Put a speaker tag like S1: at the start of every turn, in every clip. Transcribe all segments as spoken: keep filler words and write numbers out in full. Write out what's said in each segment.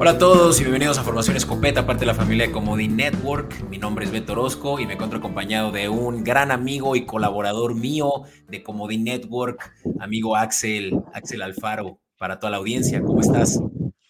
S1: Hola a todos y bienvenidos a Formación Escopeta, parte de la familia de Comodín Network. Mi nombre es Beto Orozco y me encuentro acompañado de un gran amigo y colaborador mío de Comodín Network, amigo Axel, Axel Alfaro, para toda la audiencia. ¿Cómo estás?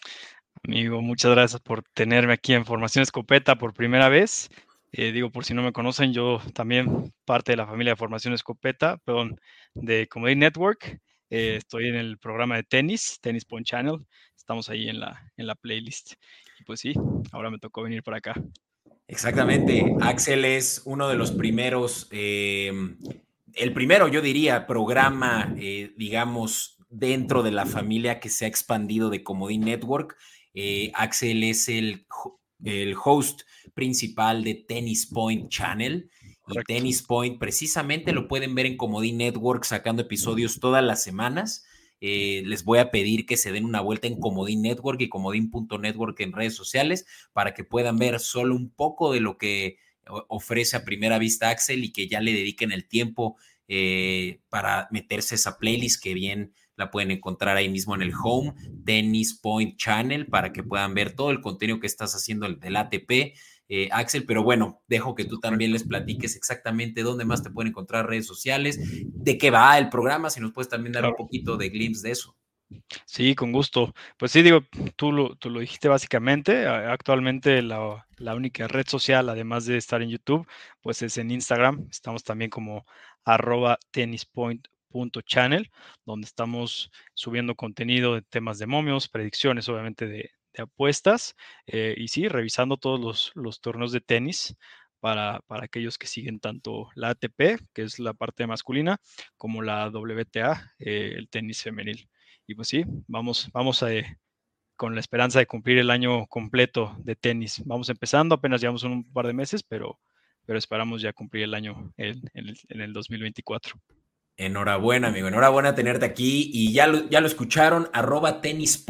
S2: Amigo, muchas gracias por tenerme aquí en Formación Escopeta por primera vez. Eh, digo, por si no me conocen, yo también parte de la familia de Formación Escopeta, perdón, de Comedy Network. Eh, estoy en el programa de tenis, Tennis Point Channel. Estamos ahí en la, en la playlist. Y pues sí, ahora me tocó venir por acá.
S1: Exactamente. Axel es uno de los primeros, eh, el primero, yo diría, programa, eh, digamos, dentro de la familia que se ha expandido de Comodín Network. Eh, Axel es el, el host principal de Tennis Point Channel. Y
S2: Correcto.
S1: Tennis Point precisamente lo pueden ver en Comodín Network sacando episodios todas las semanas. Eh, les voy a pedir que se den una vuelta en Comodín Network y comodín punto network en redes sociales para que puedan ver solo un poco de lo que ofrece a primera vista Axel y que ya le dediquen el tiempo eh, para meterse a esa playlist que bien la pueden encontrar ahí mismo en el home, Tennis Point Channel, para que puedan ver todo el contenido que estás haciendo del A T P. Eh, Axel, pero bueno, dejo que tú también les platiques exactamente dónde más te pueden encontrar redes sociales, de qué va el programa, si nos puedes también dar un
S2: Claro.
S1: poquito de glimpse de eso.
S2: Sí, con gusto. Pues sí, digo, tú lo, tú lo dijiste básicamente. a- Actualmente la, la única red social, además de estar en YouTube, pues es en Instagram. Estamos también como arroba tennispoint.channel, donde estamos subiendo contenido de temas de momios, predicciones, obviamente de, de apuestas, eh, y sí, revisando todos los, los torneos de tenis para, para aquellos que siguen tanto la A T P, que es la parte masculina, como la W T A, eh, el tenis femenil. Y pues sí, vamos, vamos a, eh, con la esperanza de cumplir el año completo de tenis. Vamos empezando, apenas llevamos un par de meses, pero, pero esperamos ya cumplir el año en, en, el, en el dos mil veinticuatro.
S1: Enhorabuena, amigo. Enhorabuena tenerte aquí. Y ya lo, ya lo escucharon, arroba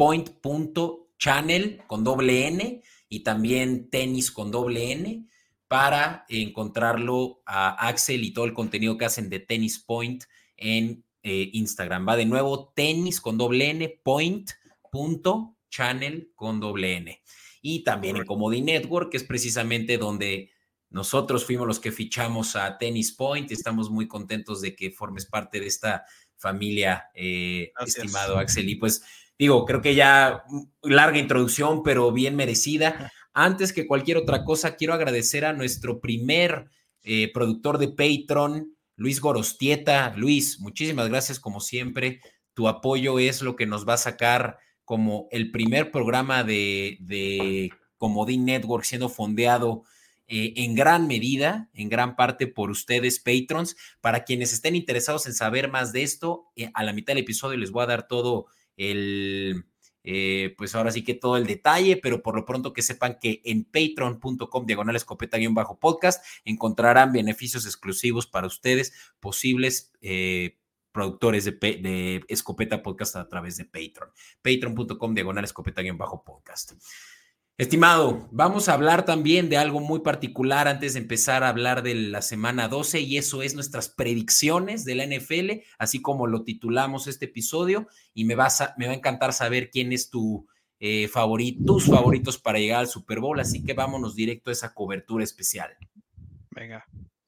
S1: tennispoint.channel con doble N y también tenis con doble N para encontrarlo a Axel y todo el contenido que hacen de Tennis Point en eh, Instagram. Va de nuevo, tenis con doble N, point punto channel con doble N. Y también en
S2: Correcto.
S1: Comedy Network, que es precisamente donde nosotros fuimos los que fichamos a Tennis Point y estamos muy contentos de que formes parte de esta familia, eh,
S2: Gracias.
S1: estimado Axel. Y pues digo, creo que ya larga introducción, pero bien merecida. Antes que cualquier otra cosa, quiero agradecer a nuestro primer eh, productor de Patreon, Luis Gorostieta. Luis, muchísimas gracias como siempre. Tu apoyo es lo que nos va a sacar como el primer programa de, de Comodín Network siendo fondeado eh, en gran medida, en gran parte por ustedes, patrons. Para quienes estén interesados en saber más de esto, eh, a la mitad del episodio les voy a dar todo el, eh, pues ahora sí que todo el detalle, pero por lo pronto que sepan que en patreon.com diagonal escopeta guión bajo podcast encontrarán beneficios exclusivos para ustedes, posibles eh, productores de, de, Escopeta Podcast a través de Patreon. Patreon.com diagonal escopeta guión bajo podcast. Estimado, vamos a hablar también de algo muy particular antes de empezar a hablar de la semana doce y eso es nuestras predicciones de la N F L, así como lo titulamos este episodio y me, vas a, me va a encantar saber quién es tu eh, favorito, tus favoritos para llegar al Super Bowl, así que vámonos directo a esa cobertura especial.
S2: Venga.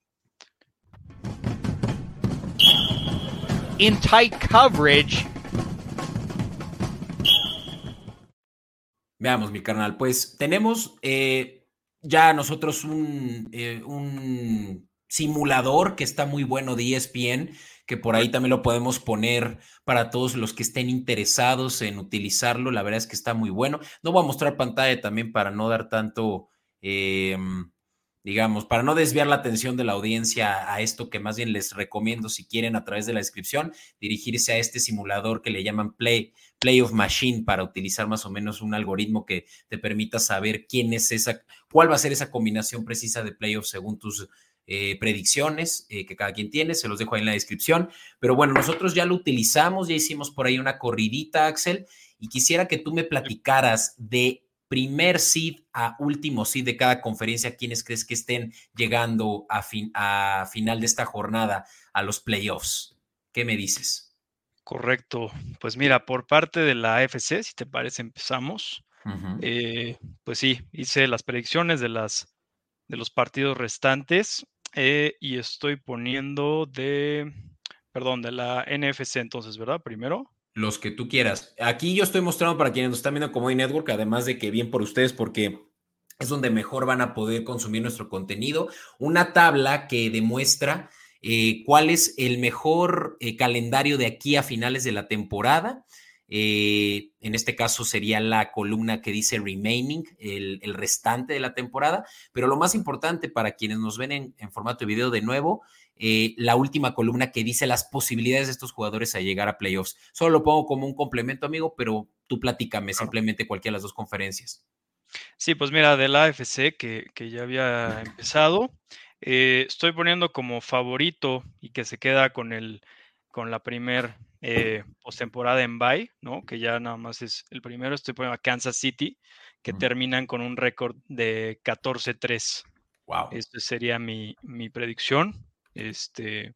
S3: In tight coverage.
S1: Veamos, mi carnal, pues tenemos eh, ya nosotros un, eh, un simulador que está muy bueno de E S P N, que por ahí también lo podemos poner para todos los que estén interesados en utilizarlo. La verdad es que está muy bueno. No voy a mostrar pantalla también para no dar tanto, eh, digamos, para no desviar la atención de la audiencia a esto que más bien les recomiendo si quieren a través de la descripción, dirigirse a este simulador que le llaman Play, Play of Machine para utilizar más o menos un algoritmo que te permita saber quién es esa, cuál va a ser esa combinación precisa de playoffs según tus eh, predicciones eh, que cada quien tiene, se los dejo ahí en la descripción, pero bueno, nosotros ya lo utilizamos, ya hicimos por ahí una corridita, Axel, y quisiera que tú me platicaras de primer seed a último seed de cada conferencia, ¿quiénes crees que estén llegando a, fin, a final de esta jornada a los playoffs? ¿Qué me dices?
S2: Correcto. Pues mira, por parte de la A F C, si te parece, empezamos. Uh-huh. Eh, pues sí, hice las predicciones de, las, de los partidos restantes eh, y estoy poniendo de, perdón, de la N F C entonces, ¿verdad? Primero.
S1: Los que tú quieras. Aquí yo estoy mostrando para quienes nos están viendo como iNetwork, además de que bien por ustedes, porque es donde mejor van a poder consumir nuestro contenido, una tabla que demuestra eh, cuál es el mejor eh, calendario de aquí a finales de la temporada. Eh, en este caso sería la columna que dice remaining, el, el restante de la temporada, pero lo más importante para quienes nos ven en, en formato de video de nuevo, eh, la última columna que dice las posibilidades de estos jugadores a llegar a playoffs. Solo lo pongo como un complemento, amigo, pero tú platícame claro. Simplemente cualquiera de las dos conferencias.
S2: Sí, pues mira, de la A F C que, que ya había empezado, eh, estoy poniendo como favorito y que se queda con el con la primer eh, postemporada en bye, ¿no? Que ya nada más es el primero. Estoy poniendo a Kansas City, que mm. terminan con un récord de catorce tres.
S1: Wow.
S2: Esta sería mi, mi predicción. Este,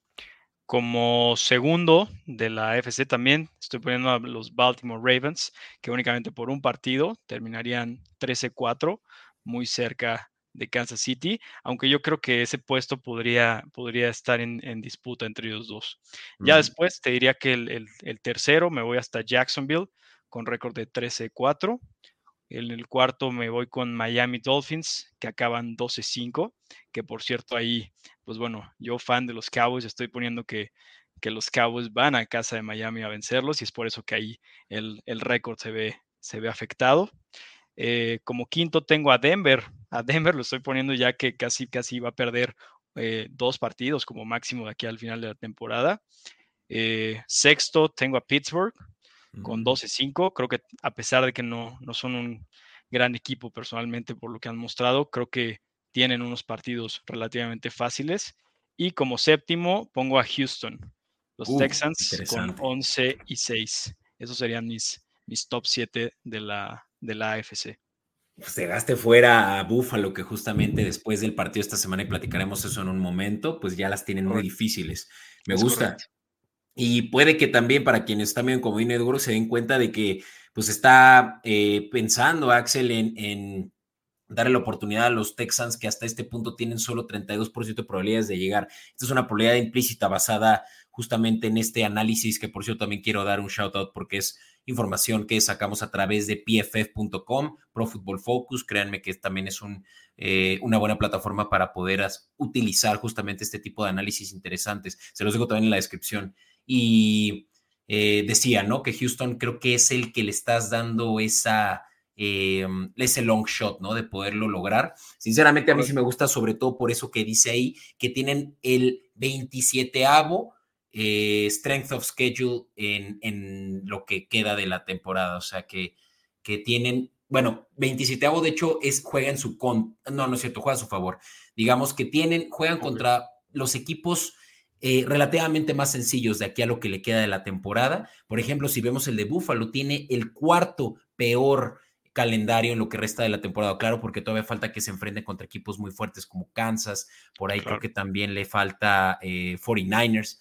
S2: como segundo de la A F C también estoy poniendo a los Baltimore Ravens, que únicamente por un partido terminarían trece cuatro, muy cerca de Kansas City, aunque yo creo que ese puesto podría, podría estar en, en disputa entre ellos dos. Uh-huh. Ya después te diría que el, el, el tercero me voy hasta Jacksonville con récord de trece cuatro. En el cuarto me voy con Miami Dolphins, que acaban doce cinco, que por cierto ahí, pues bueno, yo fan de los Cowboys, estoy poniendo que, que los Cowboys van a casa de Miami a vencerlos y es por eso que ahí el, el récord se ve, se ve afectado. Eh, como quinto tengo a Denver, a Denver lo estoy poniendo ya que casi, casi va a perder eh, dos partidos como máximo de aquí al final de la temporada. Eh, sexto tengo a Pittsburgh, con doce cinco, creo que a pesar de que no, no son un gran equipo personalmente por lo que han mostrado, creo que tienen unos partidos relativamente fáciles. Y como séptimo pongo a Houston, los uh, Texans con once y seis. Esos serían mis, mis top siete de la, de la A F C.
S1: Pues dejaste fuera a Buffalo, que justamente después del partido esta semana, y platicaremos eso en un momento, pues ya las tienen correcto. Muy difíciles. Me es gusta. Correcto. Y puede que también para quienes también como iNetwork se den cuenta de que pues está eh, pensando Axel en, en darle la oportunidad a los Texans que hasta este punto tienen solo treinta y dos por ciento de probabilidades de llegar. Esta es una probabilidad implícita basada justamente en este análisis que por cierto también quiero dar un shout out porque es información que sacamos a través de P F F punto com, Pro Football Focus. Créanme que también es un, eh, una buena plataforma para poder as, utilizar justamente este tipo de análisis interesantes. Se los dejo también en la descripción. Y eh, decía, ¿no? Que Houston creo que es el que le estás dando esa, eh, ese long shot, ¿no? De poderlo lograr. Sinceramente a mí sí me gusta, sobre todo por eso que dice ahí, que tienen el veintisiete-avo eh, strength of schedule en, en lo que queda de la temporada. O sea, que, que tienen, bueno, veintisiete-avo de hecho es, juega en su, con, no, no es cierto, juega a su favor. Digamos que tienen, juegan okay. contra los equipos Eh, relativamente más sencillos de aquí a lo que le queda de la temporada. Por ejemplo, si vemos el de Buffalo, tiene el cuarto peor calendario en lo que resta de la temporada, claro, porque todavía falta que se enfrente contra equipos muy fuertes como Kansas, por ahí claro. Creo que también le falta eh, cuarenta y nueve ers,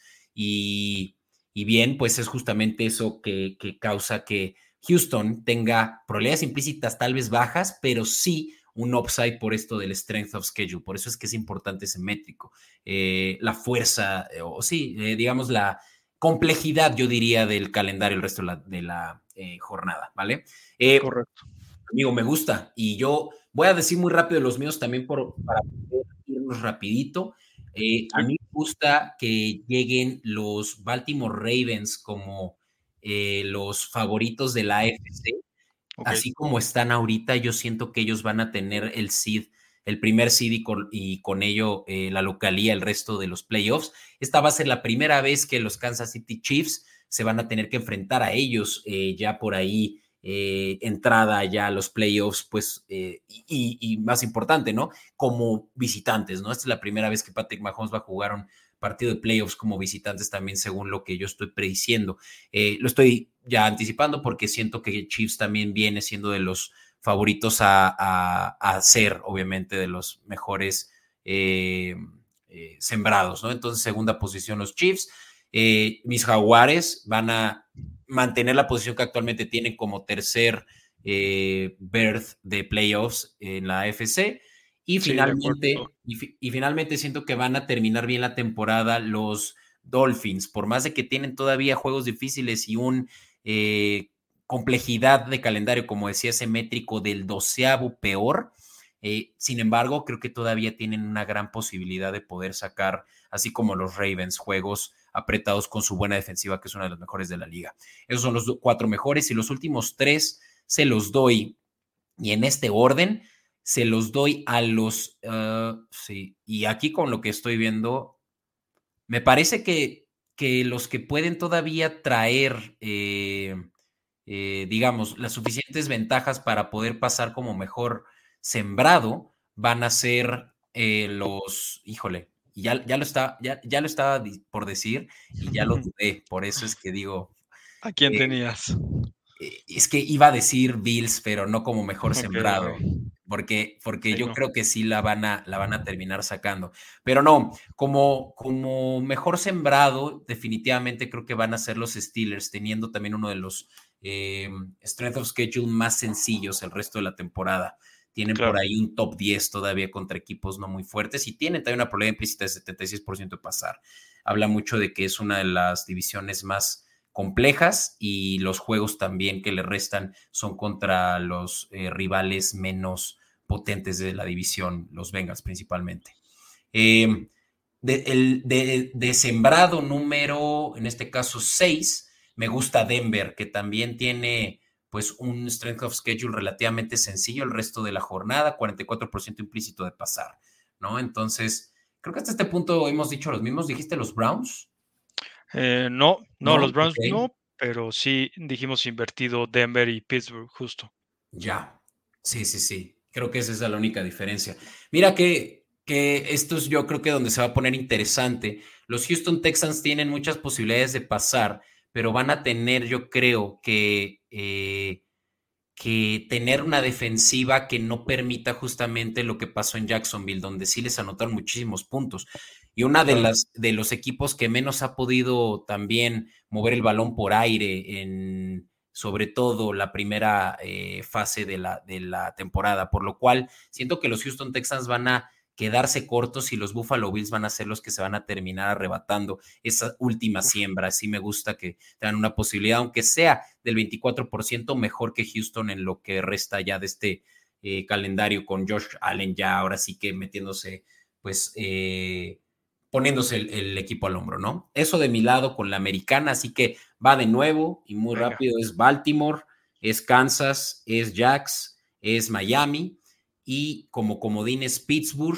S1: y, y bien, pues es justamente eso que, que causa que Houston tenga probabilidades implícitas tal vez bajas, pero sí un upside por esto del strength of schedule. Por eso es que es importante ese métrico. Eh, la fuerza, eh, o sí, eh, digamos la complejidad, yo diría, del calendario el resto de la, de la eh, jornada, ¿vale? Eh,
S2: Correcto.
S1: Amigo, me gusta. Y yo voy a decir muy rápido los míos también por, para poder irnos rapidito. Eh, a mí me gusta que lleguen los Baltimore Ravens como eh, los favoritos de la A F C. Okay. Así como están ahorita, yo siento que ellos van a tener el seed, el primer seed y con, y con ello eh, la localía, el resto de los playoffs. Esta va a ser la primera vez que los Kansas City Chiefs se van a tener que enfrentar a ellos eh, ya por ahí, eh, entrada ya a los playoffs, pues, eh, y, y más importante, ¿no? Como visitantes, ¿no? Esta es la primera vez que Patrick Mahomes va a jugar un partido de playoffs como visitantes también, según lo que yo estoy prediciendo. Eh, lo estoy ya anticipando porque siento que Chiefs también viene siendo de los favoritos a, a, a ser, obviamente, de los mejores eh, eh, sembrados, ¿no? Entonces, segunda posición los Chiefs. Eh, mis Jaguares van a mantener la posición que actualmente tienen como tercer eh, berth de playoffs en la A F C. Y
S2: Sí, de
S1: finalmente,
S2: acuerdo.
S1: y, fi- y finalmente siento que van a terminar bien la temporada los Dolphins, por más de que tienen todavía juegos difíciles y un eh, complejidad de calendario, como decía ese métrico del doceavo peor. Eh, sin embargo, creo que todavía tienen una gran posibilidad de poder sacar, así como los Ravens, juegos apretados con su buena defensiva, que es una de las mejores de la liga. Esos son los cuatro mejores y los últimos tres se los doy. Y en este orden, se los doy a los, uh, sí, y aquí con lo que estoy viendo, me parece que, que los que pueden todavía traer, eh, eh, digamos, las suficientes ventajas para poder pasar como mejor sembrado, van a ser eh, los, híjole, ya, ya, lo está, ya, ya lo estaba por decir y ya lo dudé, por eso es que digo,
S2: ¿A quién
S1: eh,
S2: tenías?
S1: eh, es que iba a decir Bills, pero no como mejor
S2: Ok,
S1: sembrado,
S2: ok.
S1: porque, porque
S2: Sí,
S1: yo
S2: no.
S1: creo que sí la van a, la van a terminar sacando. Pero no, como, como mejor sembrado, definitivamente creo que van a ser los Steelers, teniendo también uno de los eh, strength of schedule más sencillos el resto de la temporada. Tienen por
S2: Claro.
S1: ahí un top diez todavía contra equipos no muy fuertes y tienen también una probabilidad implícita de setenta y seis por ciento de pasar. Habla mucho de que es una de las divisiones más complejas y los juegos también que le restan son contra los eh, rivales menos potentes de la división, los Bengals principalmente. Eh, de, el, de, de sembrado número, en este caso seis, me gusta Denver, que también tiene pues un strength of schedule relativamente sencillo el resto de la jornada, cuarenta y cuatro por ciento implícito de pasar, ¿no? Entonces, creo que hasta este punto hemos dicho los mismos. ¿Dijiste los Browns?
S2: Eh, no, no,
S1: No,
S2: los Browns
S1: ok.
S2: no, pero sí dijimos invertido Denver y Pittsburgh, justo.
S1: Ya, sí, sí, sí. Creo que esa es la única diferencia. Mira que, que esto es yo creo que donde se va a poner interesante. Los Houston Texans tienen muchas posibilidades de pasar, pero van a tener, yo creo, que, eh, que tener una defensiva que no permita justamente lo que pasó en Jacksonville, donde sí les anotaron muchísimos puntos. Y una de
S2: Claro.
S1: las de los equipos que menos ha podido también mover el balón por aire en sobre todo la primera eh, fase de la, de la temporada, por lo cual siento que los Houston Texans van a quedarse cortos y los Buffalo Bills van a ser los que se van a terminar arrebatando esa última
S2: Uf,
S1: siembra. Sí me gusta que tengan una posibilidad, aunque sea del veinticuatro por ciento mejor que Houston en lo que resta ya de este eh, calendario con Josh Allen ya ahora sí que metiéndose, pues eh, poniéndose el, el, equipo al hombro, ¿no? Eso de mi lado con la americana, así que va de nuevo y muy
S2: venga.
S1: rápido, es Baltimore, es Kansas, es Jacks, es Miami y como comodines Pittsburgh,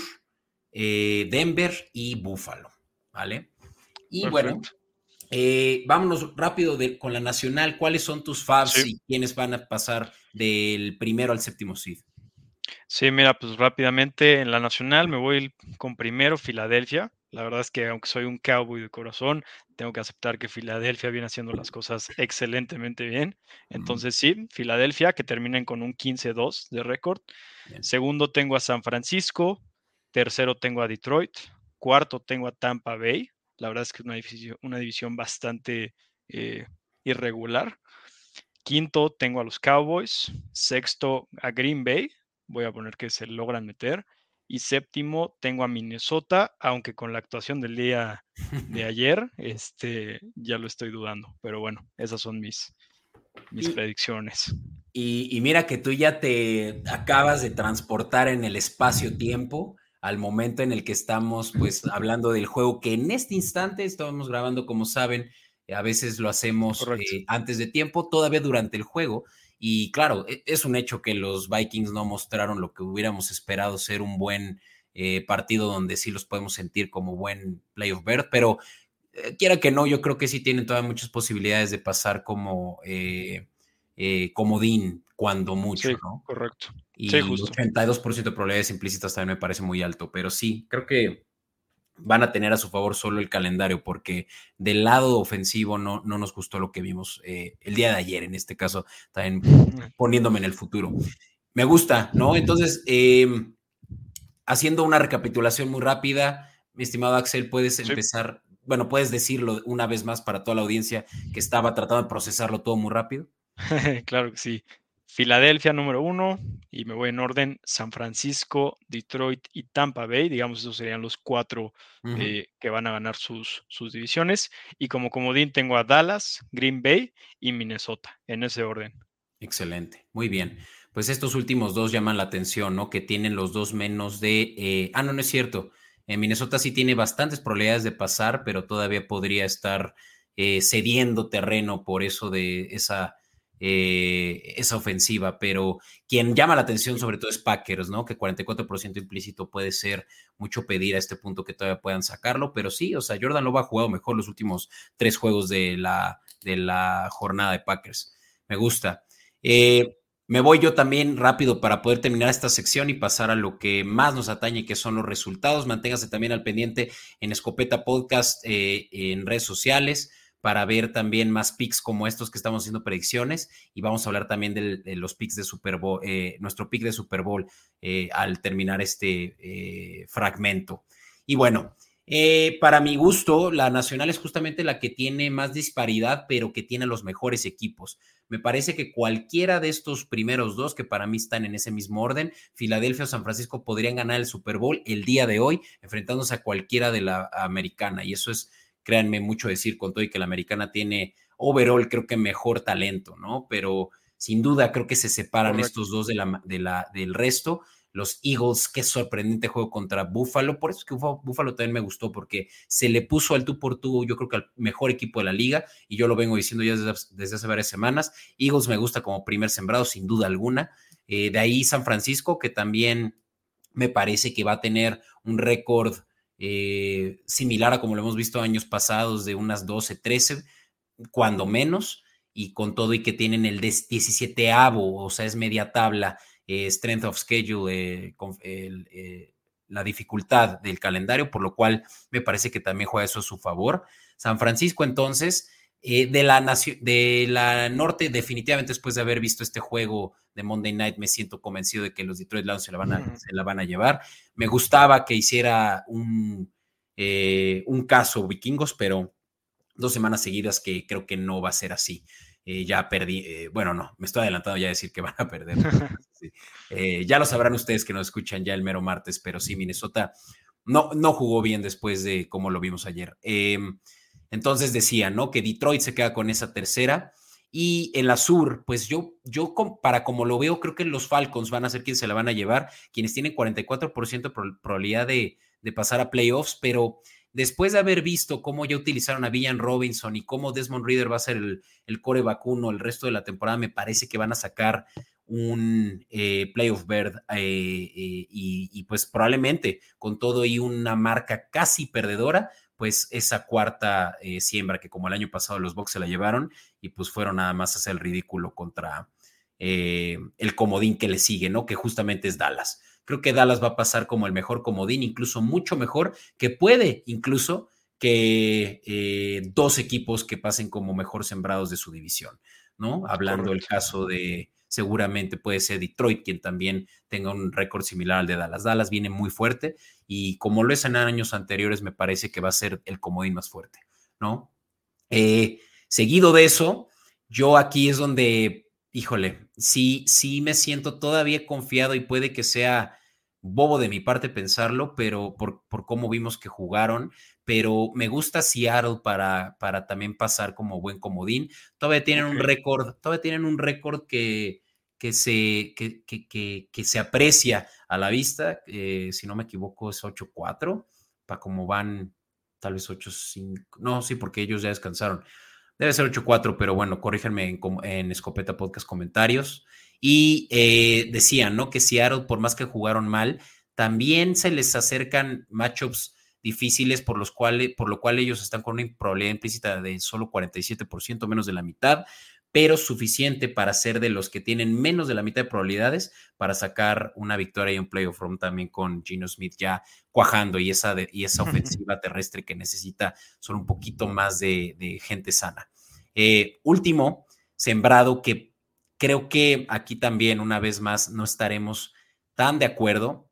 S1: eh, Denver y Buffalo, ¿vale? Y bueno,
S2: Perfecto.
S1: eh, vámonos rápido de, con la nacional. ¿Cuáles son tus favs
S2: Sí,
S1: y quiénes van a pasar del primero al séptimo seed?
S2: sí, mira, pues rápidamente en la nacional me voy con primero Filadelfia. La verdad es que aunque soy un cowboy de corazón, tengo que aceptar que Filadelfia viene haciendo las cosas excelentemente bien.
S1: Mm,
S2: Entonces sí, Filadelfia, que terminen con un quince dos de récord.
S1: bien.
S2: Segundo tengo a San Francisco. Tercero tengo a Detroit. Cuarto tengo a Tampa Bay. La verdad es que es una división, una división bastante eh, irregular. Quinto tengo a los Cowboys. Sexto a Green Bay. Voy a poner que se logran meter. Y séptimo tengo a Minnesota, aunque con la actuación del día de ayer, este, ya lo estoy dudando. Pero bueno, esas son mis, mis
S1: Y,
S2: predicciones.
S1: y, y mira que tú ya te acabas de transportar en el espacio-tiempo al momento en el que estamos pues hablando del juego que en este instante estábamos grabando, como saben, eh, a veces lo hacemos
S2: Correcto.
S1: eh, antes de tiempo, todavía durante el juego. Y claro, e- es un hecho que los Vikings no mostraron lo que hubiéramos esperado ser un buen eh, partido donde sí los podemos sentir como buen playoff berth, pero eh, quiera que no, yo creo que sí tienen todavía muchas posibilidades de pasar como eh, eh, comodín cuando mucho,
S2: Sí,
S1: ¿no?
S2: correcto. Sí,
S1: Y
S2: justo.
S1: ochenta y dos por ciento de probabilidades implícitas también me parece muy alto, pero sí, creo que van a tener a su favor solo el calendario, porque del lado ofensivo no, no nos gustó lo que vimos eh, el día de ayer, en este caso, también poniéndome en el futuro. Me gusta, ¿no? Entonces, eh, haciendo una recapitulación muy rápida, mi estimado Axel, puedes
S2: Sí,
S1: empezar, bueno, puedes decirlo una vez más para toda la audiencia que estaba tratando de procesarlo todo muy rápido.
S2: claro que sí. Filadelfia número uno, y me voy en orden: San Francisco, Detroit y Tampa Bay. Digamos, esos serían los cuatro
S1: Uh-huh.
S2: eh, que van a ganar sus, sus divisiones. Y como comodín tengo a Dallas, Green Bay y Minnesota, en ese orden.
S1: Excelente, muy bien. Pues estos últimos dos llaman la atención, ¿no? Que tienen los dos menos de... Eh... Ah, no, no es cierto. En Minnesota sí tiene bastantes probabilidades de pasar, pero todavía podría estar eh, cediendo terreno por eso de esa... Eh, esa ofensiva, pero quien llama la atención sobre todo es Packers, ¿no? Que cuarenta y cuatro por ciento implícito puede ser mucho pedir a este punto que todavía puedan sacarlo, pero sí, o sea, Jordan Love ha jugado mejor los últimos tres juegos de la, de la jornada de Packers. Me gusta. Eh, me voy yo también rápido para poder terminar esta sección y pasar a lo que más nos atañe, que son los resultados. Manténgase también al pendiente en Escopeta Podcast, eh, en redes sociales, para ver también más picks como estos que estamos haciendo predicciones, y vamos a hablar también de, de los picks de Super Bowl, eh, nuestro pick de Super Bowl eh, al terminar este eh, fragmento. Y bueno, eh, para mi gusto, la Nacional es justamente la que tiene más disparidad, pero que tiene los mejores equipos. Me parece que cualquiera de estos primeros dos, que para mí están en ese mismo orden, Filadelfia o San Francisco, podrían ganar el Super Bowl el día de hoy, enfrentándose a cualquiera de la americana, y eso es, créanme, mucho decir, con todo y que la americana tiene overall, creo que mejor talento, ¿no? Pero sin duda creo que se separan Correcto. Estos dos de la, de la, del resto. Los Eagles, qué sorprendente juego contra Buffalo, por eso es que Buffalo también me gustó, porque se le puso al tú por tú, yo creo que al mejor equipo de la liga, y yo lo vengo diciendo ya desde, desde hace varias semanas. Eagles me gusta como primer sembrado, sin duda alguna. Eh, de ahí San Francisco, que también me parece que va a tener un récord eh, similar a como lo hemos visto años pasados, de unas doce, trece, cuando menos, y con todo y que tienen el diecisiete-avo, o sea, es media tabla, eh, strength of schedule, eh, con, el, eh, la dificultad del calendario, por lo cual me parece que también juega eso a su favor. San Francisco, entonces, eh, de, la nacio- de la norte, definitivamente después de haber visto este juego de Monday Night, me siento convencido de que los Detroit Lions se la van a, uh-huh. se la van a llevar. Me gustaba que hiciera un, eh, un caso Vikingos, pero dos semanas seguidas que creo que no va a ser así. Eh, ya perdí, eh, bueno, no, me estoy adelantando ya a decir que van a perder. Sí. Eh, ya lo sabrán ustedes que nos escuchan ya el mero martes, pero sí, Minnesota no, no jugó bien después de cómo lo vimos ayer. Eh, entonces decía, ¿no? Que Detroit se queda con esa tercera. Y en la sur, pues yo, yo para como lo veo, creo que los Falcons van a ser quienes se la van a llevar, quienes tienen cuarenta y cuatro por ciento de probabilidad de, de pasar a playoffs, pero después de haber visto cómo ya utilizaron a Villan Robinson y cómo Desmond Ridder va a ser el, el core vacuno el resto de la temporada, me parece que van a sacar un eh, playoff berth eh, eh, y, y pues probablemente con todo y una marca casi perdedora, pues esa cuarta eh, siembra que como el año pasado los Bucs se la llevaron y pues fueron nada más a hacer el ridículo contra eh, el comodín que le sigue, ¿no? Que justamente es Dallas. Creo que Dallas va a pasar como el mejor comodín, incluso mucho mejor, que puede incluso que eh, dos equipos que pasen como mejor sembrados de su división, ¿no? Hablando Correcto. El caso de, seguramente puede ser Detroit, quien también tenga un récord similar al de Dallas. Dallas viene muy fuerte y como lo es en años anteriores, me parece que va a ser el comodín más fuerte, ¿no? Eh, seguido de eso, yo aquí es donde, híjole, sí, sí me siento todavía confiado y puede que sea bobo de mi parte pensarlo, pero por, por cómo vimos que jugaron, pero me gusta Seattle para, para también pasar como buen comodín. Todavía tienen okay. un récord, todavía tienen un récord que, que, se, que, que, que, que se aprecia a la vista, eh, si no me equivoco es ocho cuatro, para como van tal vez ocho cinco, no, sí, porque ellos ya descansaron. Debe ser ocho cuatro, pero bueno, corríjanme en, en Escopeta Podcast comentarios. Y eh, decían, ¿no? Que Seattle, por más que jugaron mal, también se les acercan matchups difíciles, por los cuales, por lo cual ellos están con una probabilidad implícita de solo cuarenta y siete por ciento, menos de la mitad, pero suficiente para ser de los que tienen menos de la mitad de probabilidades para sacar una victoria y un playoff run también con Geno Smith ya cuajando y esa, de, y esa ofensiva terrestre que necesita solo un poquito más de, de gente sana. Eh, último, sembrado, que creo que aquí también una vez más no estaremos tan de acuerdo,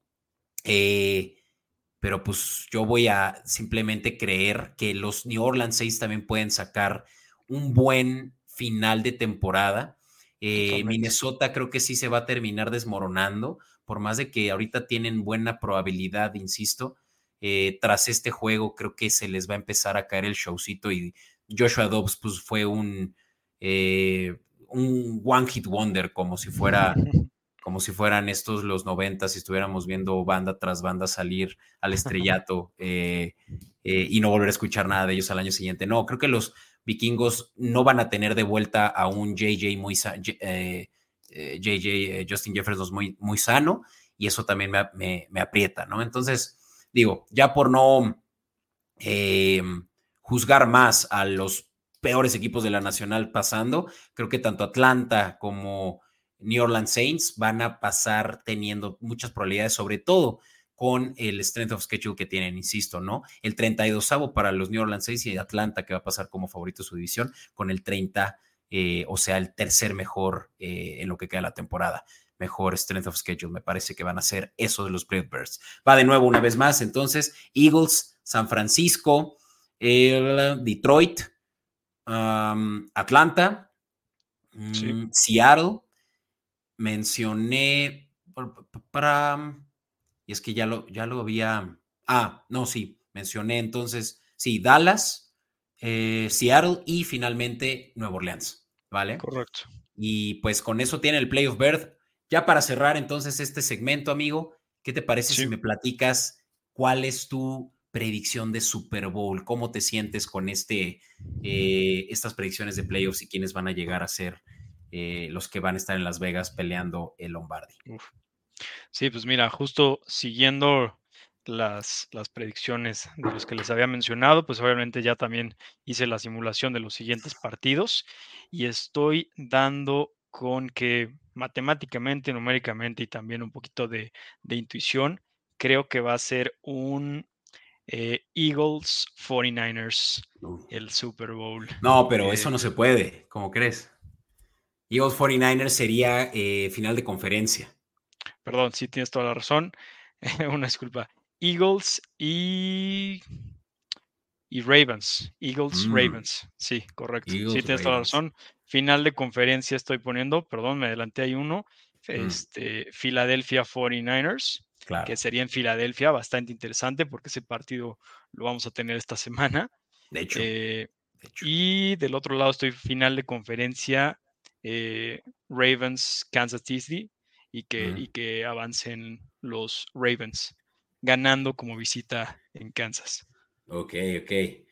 S1: eh, pero pues yo voy a simplemente creer que los New Orleans Saints también pueden sacar un buen final de temporada. Eh, Minnesota creo que sí se va a terminar desmoronando, por más de que ahorita tienen buena probabilidad, insisto. Eh, tras este juego creo que se les va a empezar a caer el showcito y Joshua Dobbs pues fue un, eh, un one hit wonder, como si fuera como si fueran estos los noventas, si estuviéramos viendo banda tras banda salir al estrellato eh, eh, y no volver a escuchar nada de ellos al año siguiente. No, creo que los vikingos no van a tener de vuelta a un J J muy sa- eh, eh, J J eh, Justin Jefferson muy, muy sano, y eso también me, me, me aprieta, ¿no? Entonces, digo, ya por no eh, juzgar más a los peores equipos de la Nacional pasando, creo que tanto Atlanta como New Orleans Saints van a pasar teniendo muchas probabilidades, sobre todo con el strength of schedule que tienen, insisto, ¿no? El treinta y dos para los New Orleans Saints y Atlanta, que va a pasar como favorito de su división, con el treinta, eh, o sea, el tercer mejor eh, en lo que queda de la temporada. Mejor strength of schedule, me parece que van a ser eso de los Blackbirds. Va de nuevo una vez más, entonces, Eagles, San Francisco, el Detroit, um, Atlanta,
S2: Sí.
S1: um, Seattle, mencioné para, y es que ya lo, ya lo había, ah, no, sí, mencioné entonces, sí, Dallas, eh, Seattle y finalmente Nueva Orleans, ¿vale?
S2: Correcto.
S1: Y pues con eso tiene el Play of Birth. Ya para cerrar entonces este segmento, amigo, ¿qué te parece
S2: Sí.
S1: si me platicas cuál es tu predicción de Super Bowl? ¿Cómo te sientes con este, eh, estas predicciones de playoffs y quiénes van a llegar a ser eh, los que van a estar en Las Vegas peleando el Lombardi?
S2: Uf. Sí, pues mira, justo siguiendo las, las predicciones de los que les había mencionado, pues obviamente ya también hice la simulación de los siguientes partidos y estoy dando con que matemáticamente, numéricamente y también un poquito de, de intuición, creo que va a ser un eh, Eagles cuarenta y nueve ers el Super Bowl.
S1: No, pero
S2: Eh,
S1: eso no se puede, ¿cómo crees? Eagles cuarenta y nueve ers sería eh, final de conferencia.
S2: Perdón, sí tienes toda la razón. Una disculpa. Eagles y, y Ravens. Eagles,
S1: Mm,
S2: Ravens. Sí, correcto. Sí
S1: Eagles
S2: tienes toda la
S1: Ravens.
S2: razón. Final de conferencia estoy poniendo, perdón, me adelanté ahí uno.
S1: Mm,
S2: Este, Philadelphia cuarenta y nueve ers,
S1: claro,
S2: que sería en Filadelfia, bastante interesante porque ese partido lo vamos a tener esta semana.
S1: de hecho,
S2: Eh,
S1: de hecho.
S2: y del otro lado estoy final de conferencia eh, Ravens, Kansas City y que,
S1: Mm.
S2: y que avancen los Ravens, ganando como visita en Kansas.
S1: Ok, ok.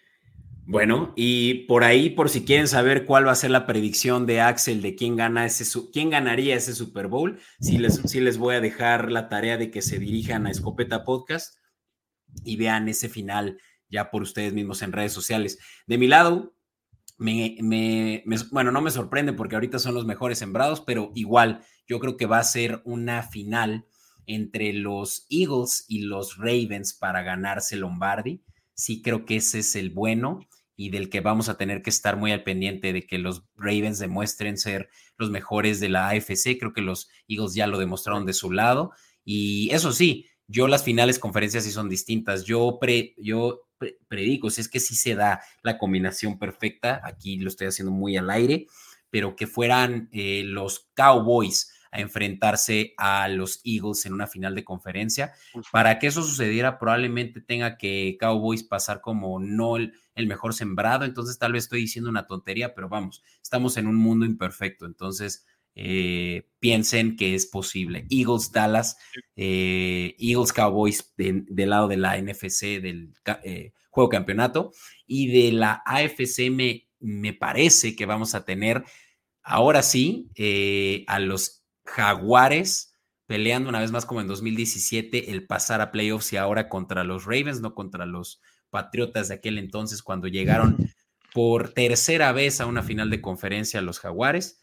S1: Bueno, y por ahí, por si quieren saber cuál va a ser la predicción de Axel de quién gana ese quién ganaría ese Super Bowl, sí les, sí les voy a dejar la tarea de que se dirijan a Escopeta Podcast y vean ese final ya por ustedes mismos en redes sociales. De mi lado, me, me, me, bueno, no me sorprende porque ahorita son los mejores sembrados, pero igual yo creo que va a ser una final entre los Eagles y los Ravens para ganarse Lombardi. Sí creo que ese es el bueno y del que vamos a tener que estar muy al pendiente de que los Ravens demuestren ser los mejores de la A F C. Creo que los Eagles ya lo demostraron de su lado. Y eso sí, yo las finales conferencias sí son distintas. Yo, pre, yo pre, predico, si es que sí se da la combinación perfecta, aquí lo estoy haciendo muy al aire, pero que fueran eh, los Cowboys a enfrentarse a los Eagles en una final de conferencia. Para que eso sucediera, probablemente tenga que Cowboys pasar como no el, el mejor sembrado, entonces tal vez estoy diciendo una tontería, pero vamos, estamos en un mundo imperfecto, entonces eh, piensen que es posible. Eagles, Dallas, eh, Eagles, Cowboys de, del lado de la N F C, del eh, juego campeonato, y de la A F C me, me parece que vamos a tener ahora sí eh, a los Jaguares peleando una vez más como en dos mil diecisiete el pasar a playoffs y ahora contra los Ravens, no contra los Patriotas de aquel entonces cuando llegaron por tercera vez a una final de conferencia los Jaguares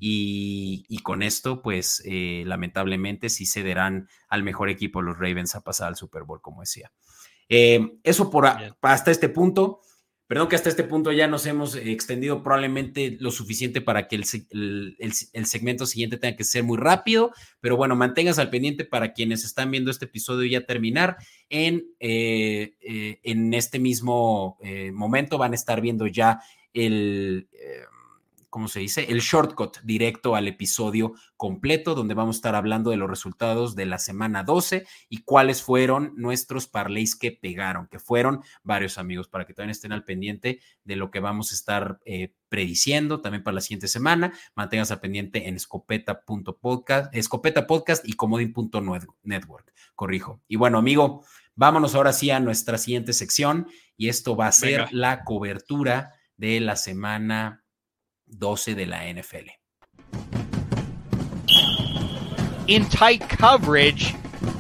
S1: y, y con esto pues eh, lamentablemente sí cederán al mejor equipo los Ravens a pasar al Super Bowl como decía. Eh, eso por a, hasta este punto. Perdón que hasta este punto ya nos hemos extendido probablemente lo suficiente para que el, el, el, el, segmento siguiente tenga que ser muy rápido, pero bueno, manténganse al pendiente para quienes están viendo este episodio ya terminar. En, eh, eh, en este mismo eh, momento van a estar viendo ya el, eh, ¿cómo se dice? El shortcut directo al episodio completo, donde vamos a estar hablando de los resultados de la semana doce y cuáles fueron nuestros parlays que pegaron, que fueron varios, amigos, para que también estén al pendiente de lo que vamos a estar eh, prediciendo también para la siguiente semana. Manténganse al pendiente en escopeta punto podcast, escopeta podcast y comodín punto network, corrijo. Y bueno, amigo, vámonos ahora sí a nuestra siguiente sección y esto va a ser Venga. la cobertura de la semana doce de la N F L.
S3: In tight coverage.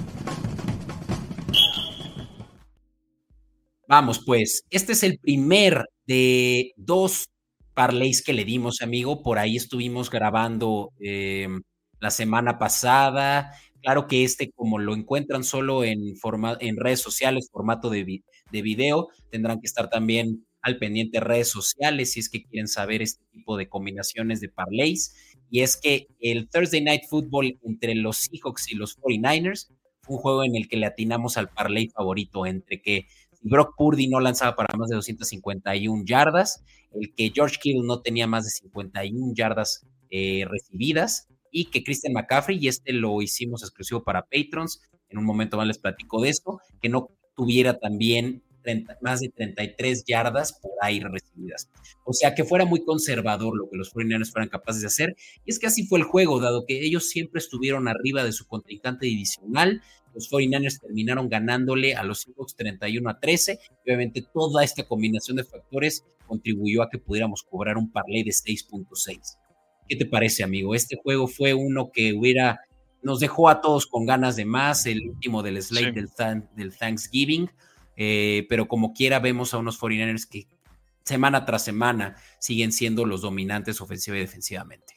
S1: Vamos, pues, este es el primer de dos parlays que le dimos, amigo. Por ahí estuvimos grabando eh, la semana pasada. Claro que este, como lo encuentran solo en, forma, en redes sociales, formato de, vi, de video, tendrán que estar también al pendiente de redes sociales si es que quieren saber este tipo de combinaciones de parlays. Y es que el Thursday Night Football entre los Seahawks y los cuarenta y nueve ers fue un juego en el que le atinamos al parlay favorito, entre que Brock Purdy no lanzaba para más de doscientas cincuenta y una yardas, el que George Kittle no tenía más de cincuenta y una yardas eh, recibidas, y que Christian McCaffrey, y este lo hicimos exclusivo para Patrons, en un momento más les platico de esto, que no tuviera también treinta, más de treinta y tres yardas por aire recibidas. O sea, que fuera muy conservador lo que los cuarenta y nueve ers fueran capaces de hacer, y es que así fue el juego, dado que ellos siempre estuvieron arriba de su contrincante divisional. Los cuarenta y nueve ers terminaron ganándole a los Seahawks treinta y uno a trece, y obviamente toda esta combinación de factores contribuyó a que pudiéramos cobrar un parlay de seis punto seis. ¿Qué te parece, amigo? Este juego fue uno que hubiera, nos dejó a todos con ganas de más, el último del slate sí. del, th- del Thanksgiving, eh, pero como quiera vemos a unos cuarenta y nueve ers que semana tras semana siguen siendo los dominantes ofensiva y defensivamente.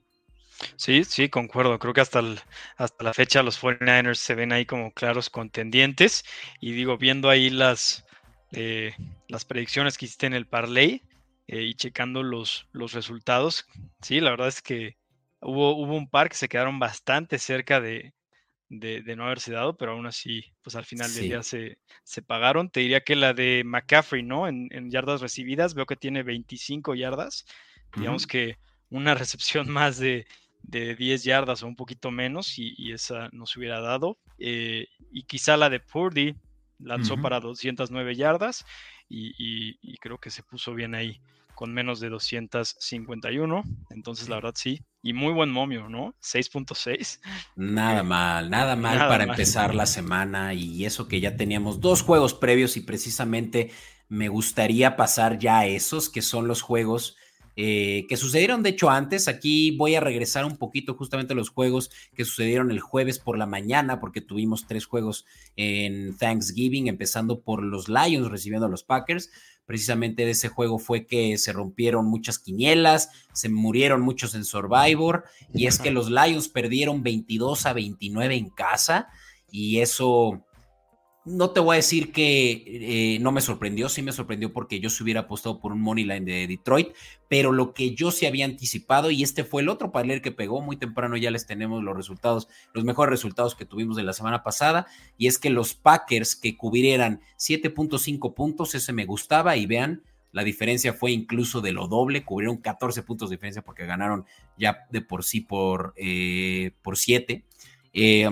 S2: Sí, sí, concuerdo. Creo que hasta, el, hasta la fecha los cuarenta y nueve ers se ven ahí como claros contendientes. Y digo, viendo ahí las, eh, las predicciones que hiciste en el parlay eh, y checando los, los resultados, sí, la verdad es que hubo, hubo un par que se quedaron bastante cerca de, de, de no haberse dado, pero aún así, pues al final sí. del día se, se pagaron. Te diría que la de McCaffrey, ¿no? En, en yardas recibidas, veo que tiene veinticinco yardas. Uh-huh. Digamos que una recepción más de de diez yardas o un poquito menos y, y esa no se hubiera dado, eh, y quizá la de Purdy lanzó uh-huh. para doscientas nueve yardas y, y, y creo que se puso bien ahí con menos de doscientas cincuenta y uno, entonces la verdad sí, y muy buen momio, ¿no? seis punto seis.
S1: Nada mal, nada mal nada para mal. Empezar la semana, y eso que ya teníamos dos juegos previos y precisamente me gustaría pasar ya a esos que son los juegos Eh, que sucedieron de hecho antes. Aquí voy a regresar un poquito justamente a los juegos que sucedieron el jueves por la mañana, porque tuvimos tres juegos en Thanksgiving, empezando por los Lions recibiendo a los Packers. Precisamente de ese juego fue que se rompieron muchas quinielas, se murieron muchos en Survivor, y es que los Lions perdieron veintidós a veintinueve en casa, y eso... No te voy a decir que eh, no me sorprendió, sí me sorprendió porque yo se hubiera apostado por un money line de Detroit, pero lo que yo sí había anticipado, y este fue el otro parlay que pegó muy temprano, ya les tenemos los resultados, los mejores resultados que tuvimos de la semana pasada, y es que los Packers que cubrieran siete punto cinco puntos, ese me gustaba, y vean, la diferencia fue incluso de lo doble, cubrieron catorce puntos de diferencia porque ganaron ya de por sí por, eh, por siete. Eh,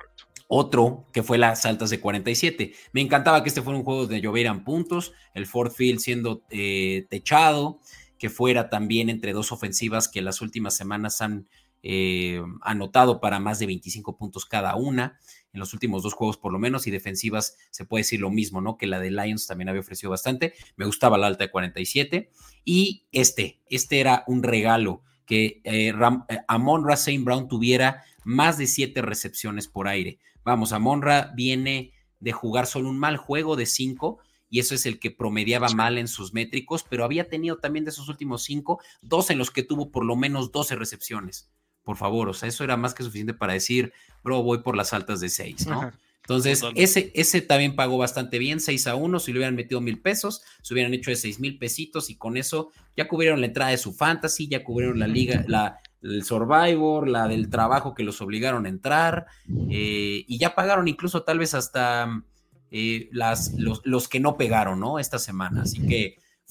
S1: Otro que fue las altas de cuarenta y siete. Me encantaba que este fuera un juego donde llovieran puntos, el Ford Field siendo eh, techado, que fuera también entre dos ofensivas que las últimas semanas han eh, anotado para más de veinticinco puntos cada una, en los últimos dos juegos por lo menos, y defensivas se puede decir lo mismo, ¿no? Que la de Lions también había ofrecido bastante. Me gustaba la alta de cuarenta y siete. Y este, este era un regalo, que eh, Ram, eh, Amon-Ra Saint Brown tuviera más de siete recepciones por aire. Vamos, Amon-Ra viene de jugar solo un mal juego de cinco, y eso es el que promediaba sí. mal en sus métricos, pero había tenido también de esos últimos cinco, dos en los que tuvo por lo menos doce recepciones. Por favor, o sea, eso era más que suficiente para decir, bro, voy por las altas de seis, ¿no? Ajá. Entonces, ese, ese también pagó bastante bien, seis a uno, si le hubieran metido mil pesos, se hubieran hecho de seis mil pesitos, y con eso ya cubrieron la entrada de su fantasy, ya cubrieron la liga, la, el Survivor, la del trabajo que los obligaron a entrar, eh, y ya pagaron incluso tal vez hasta eh, las, los, los que no pegaron, ¿no? Esta semana, así que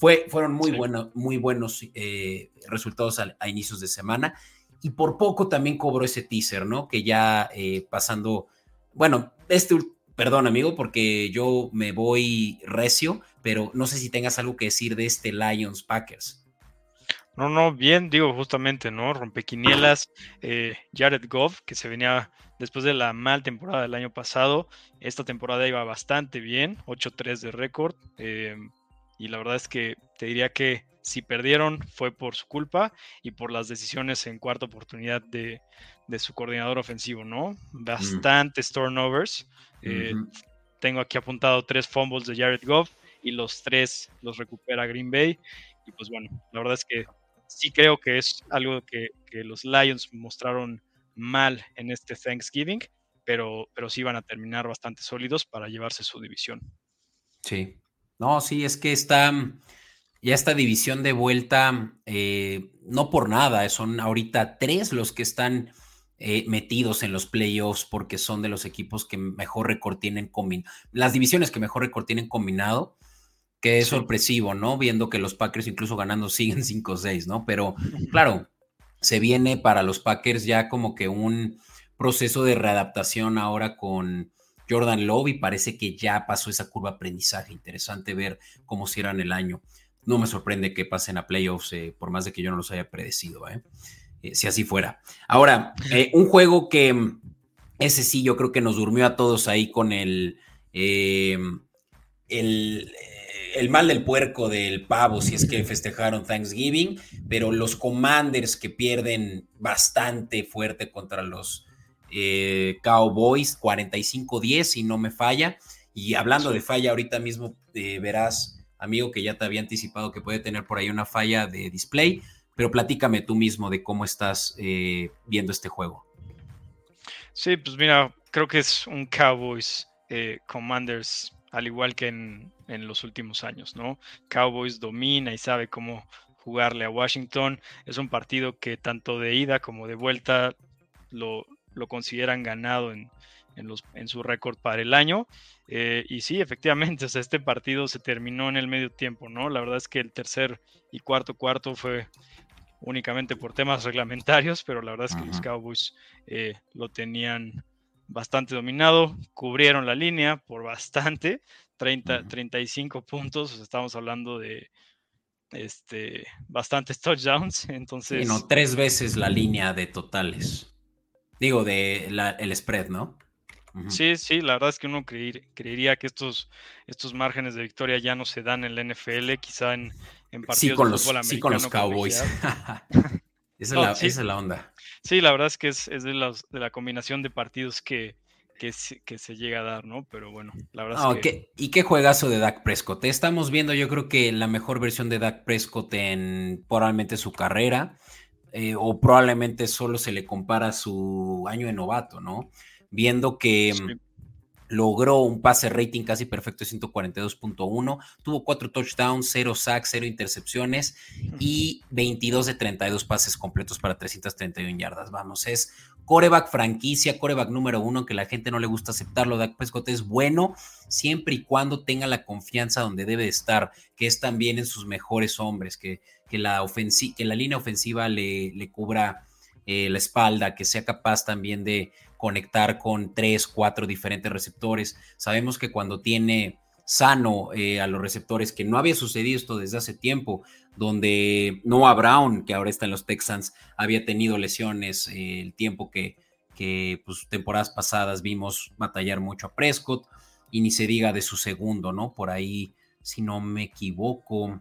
S1: fue, fueron muy,
S2: Sí.
S1: bueno, muy buenos eh, resultados a, a inicios de semana, y por poco también cobró ese teaser, ¿no? Que ya eh, pasando, bueno, este, perdón amigo, porque yo me voy recio, pero no sé si tengas algo que decir de este Lions Packers.
S2: No, no, bien, digo, justamente, ¿no? Rompequinielas, eh, Jared Goff, que se venía después de la mal temporada del año pasado, esta temporada iba bastante bien, ocho tres de récord, eh, y la verdad es que te diría que si perdieron fue por su culpa y por las decisiones en cuarta oportunidad de, de su coordinador ofensivo, ¿no? Bastantes mm. turnovers, eh, uh-huh. Tengo aquí apuntado tres fumbles de Jared Goff y los tres los recupera Green Bay, y pues bueno, la verdad es que sí creo que es algo que, que los Lions mostraron mal en este Thanksgiving, pero, pero sí van a terminar bastante sólidos para llevarse su división.
S1: Sí, no, sí, es que está ya esta división de vuelta, eh, no por nada, son ahorita tres los que están eh, metidos en los playoffs porque son de los equipos que mejor récord tienen combinado, las divisiones que mejor récord tienen combinado. Que es sí. sorpresivo, ¿no? Viendo que los Packers incluso ganando siguen cinco seis, ¿no? Pero claro, se viene para los Packers ya como que un proceso de readaptación ahora con Jordan Love y parece que ya pasó esa curva de aprendizaje. Interesante ver cómo cierran el año. No me sorprende que pasen a playoffs, eh, por más de que yo no los haya predecido, ¿eh? Eh, si así fuera. Ahora, eh, un juego que ese sí yo creo que nos durmió a todos ahí con el... Eh, el el mal del puerco del pavo, si es que festejaron Thanksgiving, pero los Commanders que pierden bastante fuerte contra los eh, Cowboys, cuarenta y cinco diez, si no me falla. Y hablando sí. de falla, ahorita mismo eh, verás, amigo, que ya te había anticipado que puede tener por ahí una falla de display, pero platícame tú mismo de cómo estás eh, viendo este juego.
S2: Sí, pues mira, creo que es un Cowboys eh, Commanders al igual que en, en los últimos años, ¿no? Cowboys domina y sabe cómo jugarle a Washington. Es un partido que tanto de ida como de vuelta lo, lo consideran ganado en, en, los, en su récord para el año. Eh, y sí, efectivamente, o sea, este partido se terminó en el medio tiempo, ¿no? La verdad es que el tercer y cuarto cuarto fue únicamente por temas reglamentarios, pero la verdad es que uh-huh. los Cowboys eh, lo tenían bastante dominado, cubrieron la línea por bastante, treinta, uh-huh. treinta y cinco puntos, o sea, estamos hablando de este, bastantes touchdowns, entonces...
S1: Sí, no, tres veces la línea de totales, digo, de la, el spread, ¿no?
S2: Uh-huh. Sí, sí, la verdad es que uno creer, creería que estos, estos márgenes de victoria ya no se dan en la N F L, quizá en, en partidos
S1: sí, con
S2: de
S1: los,
S2: fútbol
S1: sí, con los Cowboys. esa, es
S2: no,
S1: la,
S2: sí,
S1: esa es la onda.
S2: Sí, la verdad es que es, es de, los, de la combinación de partidos que, que, que se llega a dar, ¿no? Pero bueno, la verdad
S1: no,
S2: es que...
S1: ¿qué, ¿Y qué juegazo de Dak Prescott? Estamos viendo, yo creo que la mejor versión de Dak Prescott en probablemente su carrera, eh, o probablemente solo se le compara a su año de novato, ¿no? Viendo que... Sí. Logró un pase rating casi perfecto de ciento cuarenta y dos punto uno, tuvo cuatro touchdowns, cero sacks, cero intercepciones y veintidós de treinta y dos pases completos para trescientas treinta y una yardas. Vamos, es quarterback franquicia, quarterback número uno, aunque la gente no le gusta aceptarlo. Dak Prescott es bueno siempre y cuando tenga la confianza donde debe de estar, que es también en sus mejores hombres, que, que, la, ofensi- que la línea ofensiva le, le cubra eh, la espalda, que sea capaz también de conectar con tres, cuatro diferentes receptores. Sabemos que cuando tiene sano eh, a los receptores, que no había sucedido esto desde hace tiempo, donde Noah Brown, que ahora está en los Texans, había tenido lesiones, eh, el tiempo que, que pues, temporadas pasadas vimos batallar mucho a Prescott, y ni se diga de su segundo, ¿no? Por ahí, si no me equivoco,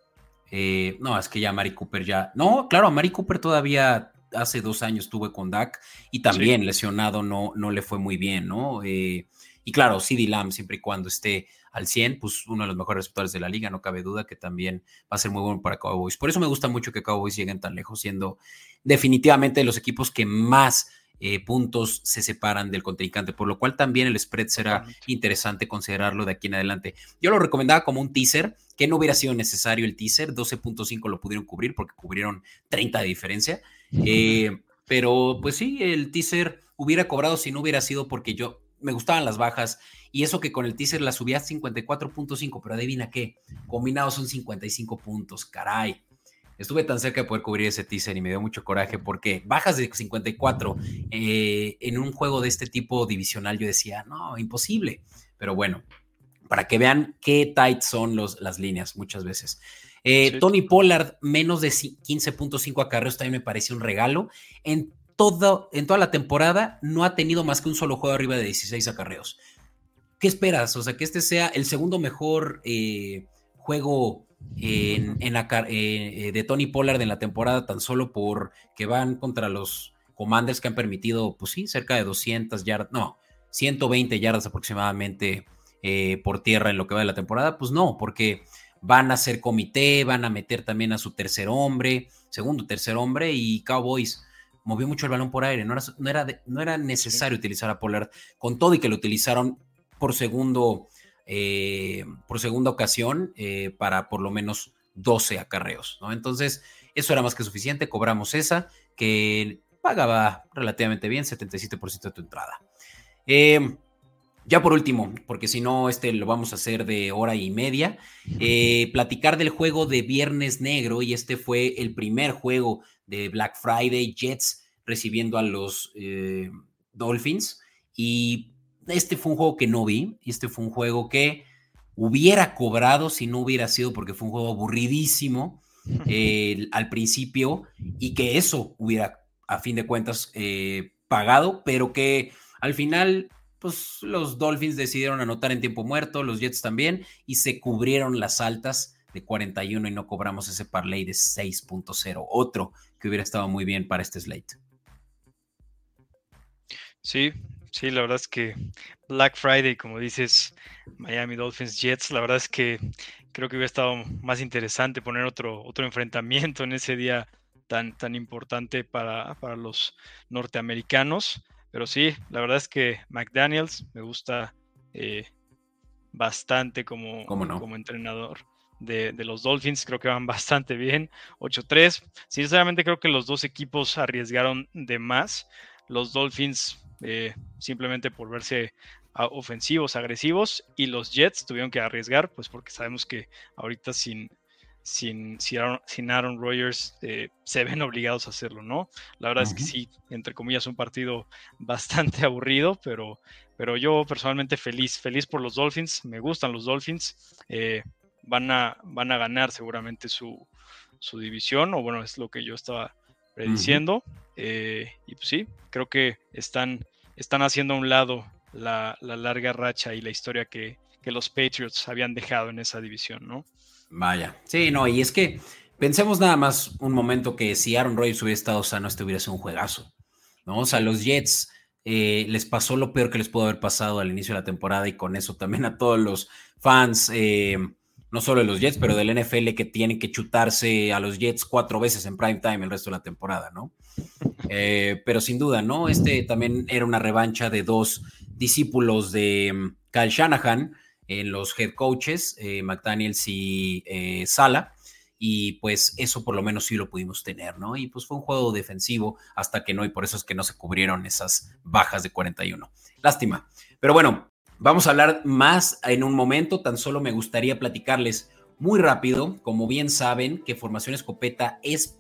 S1: eh, no, es que ya Amari Cooper ya, no, claro, Amari Cooper todavía... Hace dos años estuve con Dak y también sí. lesionado no, no le fue muy bien, ¿no? Eh, y claro, CeeDee Lamb, siempre y cuando esté al cien, pues uno de los mejores receptores de la liga, no cabe duda que también va a ser muy bueno para Cowboys. Por eso me gusta mucho que Cowboys lleguen tan lejos, siendo definitivamente de los equipos que más eh, puntos se separan del contrincante, por lo cual también el spread será interesante considerarlo de aquí en adelante. Yo lo recomendaba como un teaser, que no hubiera sido necesario el teaser, doce punto cinco lo pudieron cubrir porque cubrieron treinta de diferencia. Eh, pero pues sí, el teaser hubiera cobrado si no hubiera sido porque yo me gustaban las bajas y eso que con el teaser la subí a cincuenta y cuatro punto cinco, pero adivina qué, combinados son cincuenta y cinco puntos, caray. Estuve tan cerca de poder cubrir ese teaser y me dio mucho coraje porque bajas de cincuenta y cuatro eh, en un juego de este tipo divisional, yo decía, no, imposible. Pero bueno, para que vean qué tight son los, las líneas muchas veces. Eh, sí. Tony Pollard, menos de quince punto cinco acarreos, también me parece un regalo. En, todo, en toda la temporada no ha tenido más que un solo juego arriba de dieciséis acarreos. ¿Qué esperas? O sea, que este sea el segundo mejor eh, juego En, en acar- eh, de Tony Pollard en la temporada, tan solo por que van contra los Commanders, que han permitido, pues sí, cerca de doscientas yardas, no, ciento veinte yardas aproximadamente eh, por tierra en lo que va de la temporada. Pues no, porque van a hacer comité, van a meter también a su tercer hombre, segundo, tercer hombre, y Cowboys movió mucho el balón por aire, no era, no era, de, no era necesario sí. utilizar a Pollard, con todo y que lo utilizaron por segundo Eh, por segunda ocasión eh, para por lo menos doce acarreos, ¿no? Entonces, eso era más que suficiente, cobramos esa, que pagaba relativamente bien, setenta y siete por ciento de tu entrada. Eh, ya por último, porque si no, este lo vamos a hacer de hora y media, eh, platicar del juego de Viernes Negro, y este fue el primer juego de Black Friday, Jets recibiendo a los eh, Dolphins, y este fue un juego que no vi, este fue un juego que hubiera cobrado si no hubiera sido porque fue un juego aburridísimo eh, al principio, y que eso hubiera a fin de cuentas eh, pagado, pero que al final pues los Dolphins decidieron anotar en tiempo muerto, los Jets también, y se cubrieron las altas de cuarenta y uno y no cobramos ese parlay de seis punto cero, otro que hubiera estado muy bien para este slate.
S2: Sí, sí, la verdad es que Black Friday, como dices, Miami Dolphins Jets, la verdad es que creo que hubiera estado más interesante poner otro, otro enfrentamiento en ese día tan, tan importante para, para los norteamericanos. Pero sí, la verdad es que McDaniels me gusta eh, bastante como,
S1: no?
S2: como entrenador de, de los Dolphins. Creo que van bastante bien, ocho tres. Sinceramente creo que los dos equipos arriesgaron de más. Los Dolphins eh, simplemente por verse ofensivos, agresivos, y los Jets tuvieron que arriesgar, pues porque sabemos que ahorita sin, sin, sin, Aaron, sin Aaron Rodgers eh, se ven obligados a hacerlo, ¿no? La verdad uh-huh. es que sí, entre comillas, un partido bastante aburrido, pero, pero yo personalmente feliz, feliz por los Dolphins, me gustan los Dolphins, eh, van, a, van a ganar seguramente su, su división, o bueno, es lo que yo estaba prediciendo, uh-huh. eh, y pues sí, creo que están, están haciendo a un lado la, la larga racha y la historia que, que los Patriots habían dejado en esa división, ¿no?
S1: Vaya, sí, no, y es que pensemos nada más un momento que si Aaron Rodgers hubiera estado sano, este hubiera sido un juegazo, ¿no? O sea, los Jets eh, les pasó lo peor que les pudo haber pasado al inicio de la temporada, y con eso también a todos los fans, eh, no solo de los Jets, pero del N F L, que tienen que chutarse a los Jets cuatro veces en prime time el resto de la temporada, ¿no? Eh, pero sin duda, ¿no? Este también era una revancha de dos discípulos de um, Kyle Shanahan en los head coaches, eh, McDaniels y eh, Sala, y pues eso por lo menos sí lo pudimos tener, ¿no? Y pues fue un juego defensivo hasta que no, y por eso es que no se cubrieron esas bajas de cuarenta y uno. Lástima. Pero bueno, vamos a hablar más en un momento. Tan solo me gustaría platicarles muy rápido, como bien saben, que Formación Escopeta es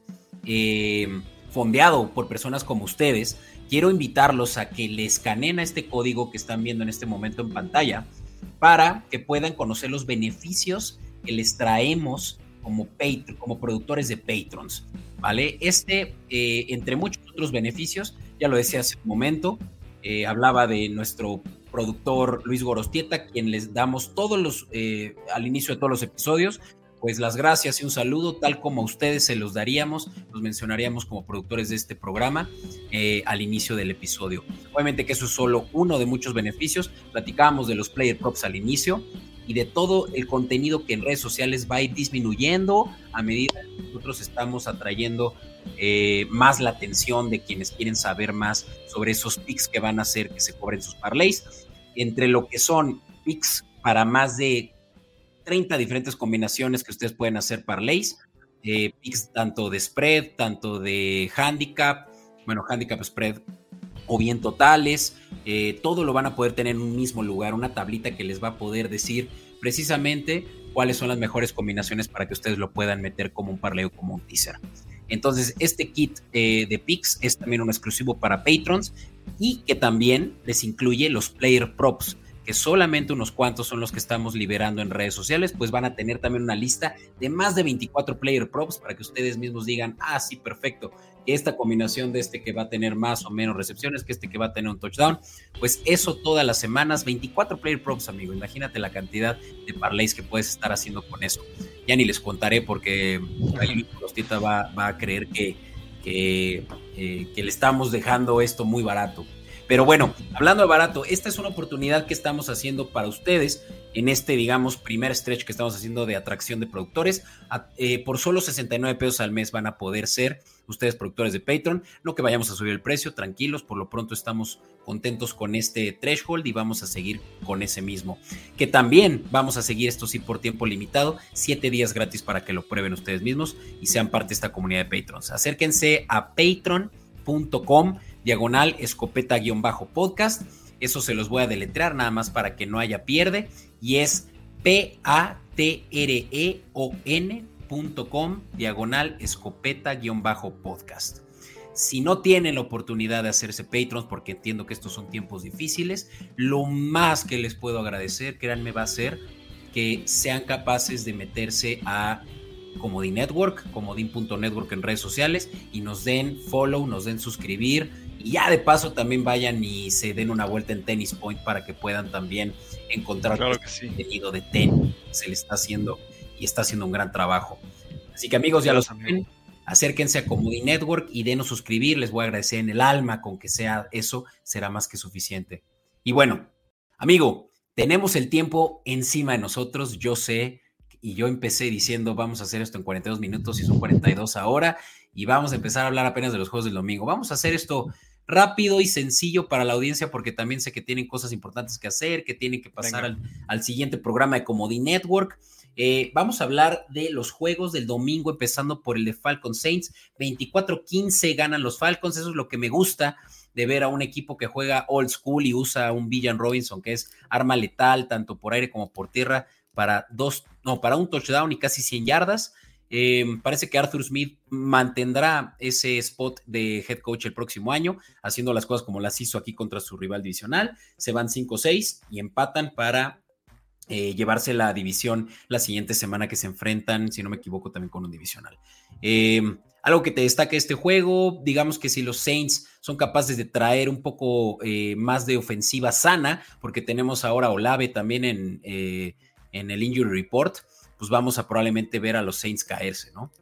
S1: eh, fondeado por personas como ustedes. Quiero invitarlos a que le escaneen a este código que están viendo en este momento en pantalla, para que puedan conocer los beneficios que les traemos como, Patreon, como productores de Patrons, ¿vale? Este, eh, entre muchos otros beneficios, ya lo decía hace un momento, eh, hablaba de nuestro productor Luis Gorostieta, quien les damos todos los, eh, al inicio de todos los episodios, pues las gracias y un saludo, tal como a ustedes se los daríamos, los mencionaríamos como productores de este programa eh, al inicio del episodio. Obviamente que eso es solo uno de muchos beneficios. Platicábamos de los player props al inicio y de todo el contenido que en redes sociales va a ir disminuyendo a medida que nosotros estamos atrayendo eh, más la atención de quienes quieren saber más sobre esos picks que van a hacer que se cobren sus parlays, entre lo que son picks para más de treinta diferentes combinaciones que ustedes pueden hacer parlays, eh, picks tanto de spread, tanto de handicap, bueno, handicap, spread, o bien totales, Eh, todo lo van a poder tener en un mismo lugar, una tablita que les va a poder decir precisamente cuáles son las mejores combinaciones para que ustedes lo puedan meter como un parlay o como un teaser. Entonces, este kit eh, de picks es también un exclusivo para patrons y que también les incluye los player props, que solamente unos cuantos son los que estamos liberando en redes sociales, pues van a tener también una lista de más de veinticuatro player props para que ustedes mismos digan, ah, sí, perfecto, esta combinación de este que va a tener más o menos recepciones, que este que va a tener un touchdown, pues eso todas las semanas, veinticuatro player props, amigo, imagínate la cantidad de parlays que puedes estar haciendo con eso. Ya ni les contaré porque ahí Costita va, va a creer que, que, eh, que le estamos dejando esto muy barato. Pero bueno, hablando de barato, esta es una oportunidad que estamos haciendo para ustedes en este, digamos, primer stretch que estamos haciendo de atracción de productores. Eh, por solo sesenta y nueve pesos al mes van a poder ser ustedes productores de Patreon. No que vayamos a subir el precio, tranquilos, por lo pronto estamos contentos con este threshold y vamos a seguir con ese mismo. Que también vamos a seguir esto sí por tiempo limitado, siete días gratis para que lo prueben ustedes mismos y sean parte de esta comunidad de Patrons. Acérquense a patreon punto com diagonal escopeta guión bajo podcast. Eso se los voy a deletrear nada más para que no haya pierde. Y es P A T R E O N punto com diagonal escopeta guión bajo podcast. Si no tienen la oportunidad de hacerse Patrons, porque entiendo que estos son tiempos difíciles, lo más que les puedo agradecer, créanme, va a ser que sean capaces de meterse a Comodín Network, comodín punto network en redes sociales y nos den follow, nos den suscribir y ya de paso también vayan y se den una vuelta en Tennis Point para que puedan también encontrar
S2: claro
S1: este
S2: que sí.
S1: contenido de tenis que se le está haciendo y está haciendo un gran trabajo. Así que amigos, ya lo saben, acérquense a Comodín Network y denos suscribir, les voy a agradecer en el alma, con que sea eso será más que suficiente. Y bueno, amigo, tenemos el tiempo encima de nosotros, yo sé. Y yo empecé diciendo, vamos a hacer esto en cuarenta y dos minutos y son cuarenta y dos ahora y vamos a empezar a hablar apenas de los juegos del domingo. Vamos a hacer esto rápido y sencillo para la audiencia porque también sé que tienen cosas importantes que hacer, que tienen que pasar al, al siguiente programa de Comodín Network. Eh, vamos a hablar de los juegos del domingo, empezando por el de Falcons Saints. veinticuatro quince ganan los Falcons, eso es lo que me gusta de ver a un equipo que juega old school y usa un Villan Robinson que es arma letal tanto por aire como por tierra para dos, no, para un touchdown y casi cien yardas. Eh, parece que Arthur Smith mantendrá ese spot de head coach el próximo año, haciendo las cosas como las hizo aquí contra su rival divisional. Se van cinco seis y empatan para eh, llevarse la división la siguiente semana que se enfrentan, si no me equivoco, también con un divisional. Eh, algo que te destaca este juego, digamos que si los Saints son capaces de traer un poco eh, más de ofensiva sana, porque tenemos ahora a Olave también en... Eh, en el Injury Report, pues vamos a probablemente ver a los Saints caerse, ¿no?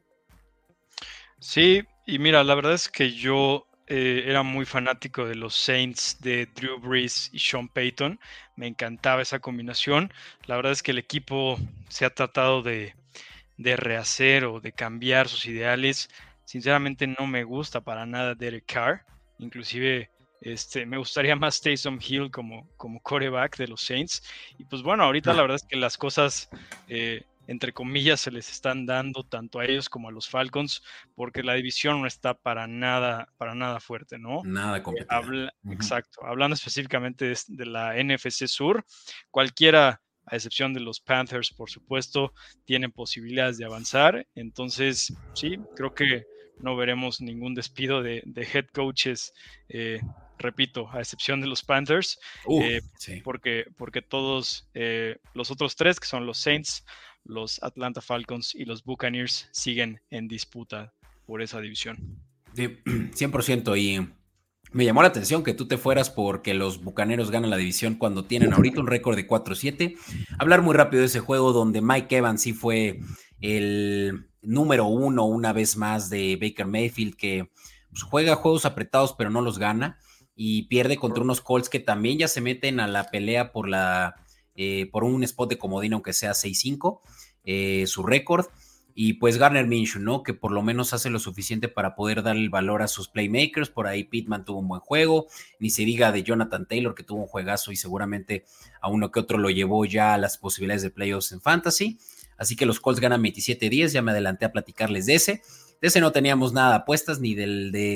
S2: Sí, y mira, la verdad es que yo eh, era muy fanático de los Saints de Drew Brees y Sean Payton. Me encantaba esa combinación. La verdad es que el equipo se ha tratado de, de rehacer o de cambiar sus ideales. Sinceramente no me gusta para nada Derek Carr. Inclusive... Este, me gustaría más Taysom Hill como, como quarterback de los Saints. Y pues bueno, ahorita la verdad es que las cosas, eh, entre comillas, se les están dando tanto a ellos como a los Falcons, porque la división no está para nada, para nada fuerte, ¿no?
S1: Nada competida.
S2: Eh, habla, uh-huh. Exacto. Hablando específicamente de, de la N F C Sur, cualquiera, a excepción de los Panthers, por supuesto, tienen posibilidades de avanzar. Entonces, sí, creo que no veremos ningún despido de, de head coaches, eh, repito, a excepción de los Panthers, uh, eh, sí. porque, porque todos eh, los otros tres, que son los Saints, los Atlanta Falcons y los Buccaneers, siguen en disputa por esa división.
S1: Sí, cien por ciento, y me llamó la atención que tú te fueras porque los Bucaneros ganan la división cuando tienen ahorita un récord de cuatro siete. Hablar muy rápido de ese juego donde Mike Evans sí fue el número uno una vez más de Baker Mayfield, que pues, juega juegos apretados pero no los gana y pierde contra unos Colts que también ya se meten a la pelea por, la, eh, por un spot de comodín, aunque sea seis cinco, eh, su récord. Y pues Gardner Minshew, ¿no? Que por lo menos hace lo suficiente para poder darle el valor a sus playmakers. Por ahí Pittman tuvo un buen juego. Ni se diga de Jonathan Taylor, que tuvo un juegazo y seguramente a uno que otro lo llevó ya a las posibilidades de playoffs en Fantasy. Así que los Colts ganan veintisiete diez. Ya me adelanté a platicarles de ese. De ese no teníamos nada apuestas, ni del de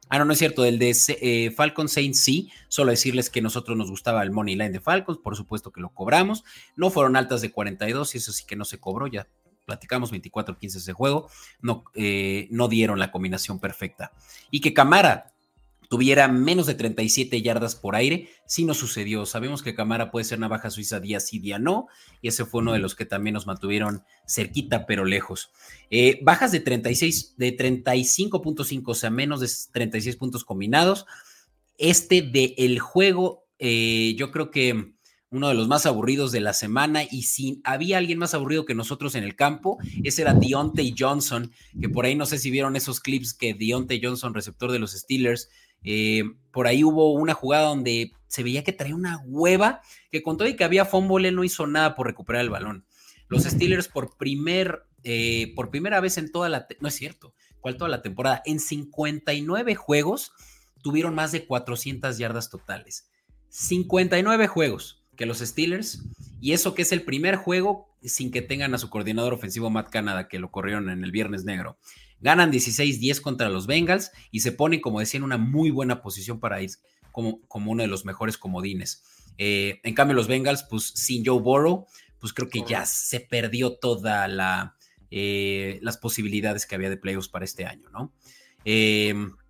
S1: Ah, no, no es cierto, el de eh, Falcons Saints sí, solo decirles que nosotros nos gustaba el money line de Falcons, por supuesto que lo cobramos, no fueron altas de cuarenta y dos y eso sí que no se cobró, ya platicamos veinticuatro quince ese juego, no, eh, no dieron la combinación perfecta. Y que Kamara tuviera menos de treinta y siete yardas por aire, sí no sucedió. Sabemos que Kamara puede ser navaja suiza día sí, día no, y ese fue uno de los que también nos mantuvieron cerquita, pero lejos. Eh, bajas de treinta y seis, de treinta y cinco punto cinco, o sea, menos de treinta y seis puntos combinados. Este de el juego, eh, yo creo que uno de los más aburridos de la semana, y si había alguien más aburrido que nosotros en el campo, ese era Diontae Johnson, que por ahí no sé si vieron esos clips que Diontae Johnson, receptor de los Steelers, eh, por ahí hubo una jugada donde se veía que traía una hueva, que con todo y que había fumble, no hizo nada por recuperar el balón. Los Steelers por primer, eh, por primera vez en toda la, no es cierto, ¿cuál toda la temporada? En cincuenta y nueve juegos tuvieron más de cuatrocientas yardas totales. cincuenta y nueve juegos que los Steelers, y eso que es el primer juego sin que tengan a su coordinador ofensivo Matt Canada, que lo corrieron en el Viernes Negro. Ganan dieciséis diez contra los Bengals y se ponen, como decía, en una muy buena posición para ir como, como uno de los mejores comodines. Eh, en cambio, los Bengals, pues sin Joe Burrow, pues creo que ya se perdió toda la eh, las posibilidades que había de playoffs para este año, ¿no? Eh,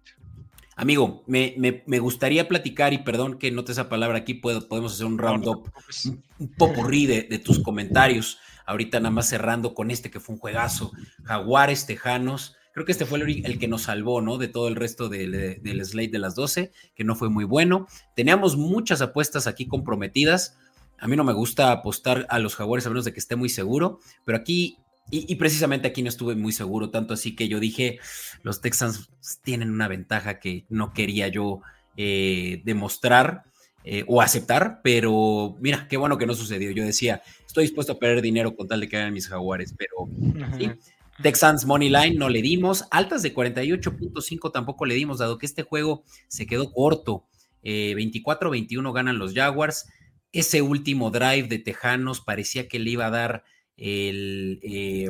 S1: Amigo, me, me, me gustaría platicar, y perdón que note esa palabra aquí, puedo, podemos hacer un round-up, un, un popurrí de, de tus comentarios, ahorita nada más cerrando con este que fue un juegazo, Jaguares, Tejanos, creo que este fue el, el que nos salvó, ¿no? De todo el resto del de, de slate de las doce, que no fue muy bueno. Teníamos muchas apuestas aquí comprometidas, a mí no me gusta apostar a los Jaguares a menos de que esté muy seguro, pero aquí... Y, y precisamente aquí no estuve muy seguro, tanto así que yo dije, los Texans tienen una ventaja que no quería yo eh, demostrar eh, o aceptar, pero mira, qué bueno que no sucedió. Yo decía, estoy dispuesto a perder dinero con tal de que hagan mis Jaguares, pero sí. Texans Money Line no le dimos, altas de cuarenta y ocho punto cinco tampoco le dimos, dado que este juego se quedó corto. eh, veinticuatro veintiuno ganan los Jaguars. Ese último drive de Tejanos parecía que le iba a dar El, eh,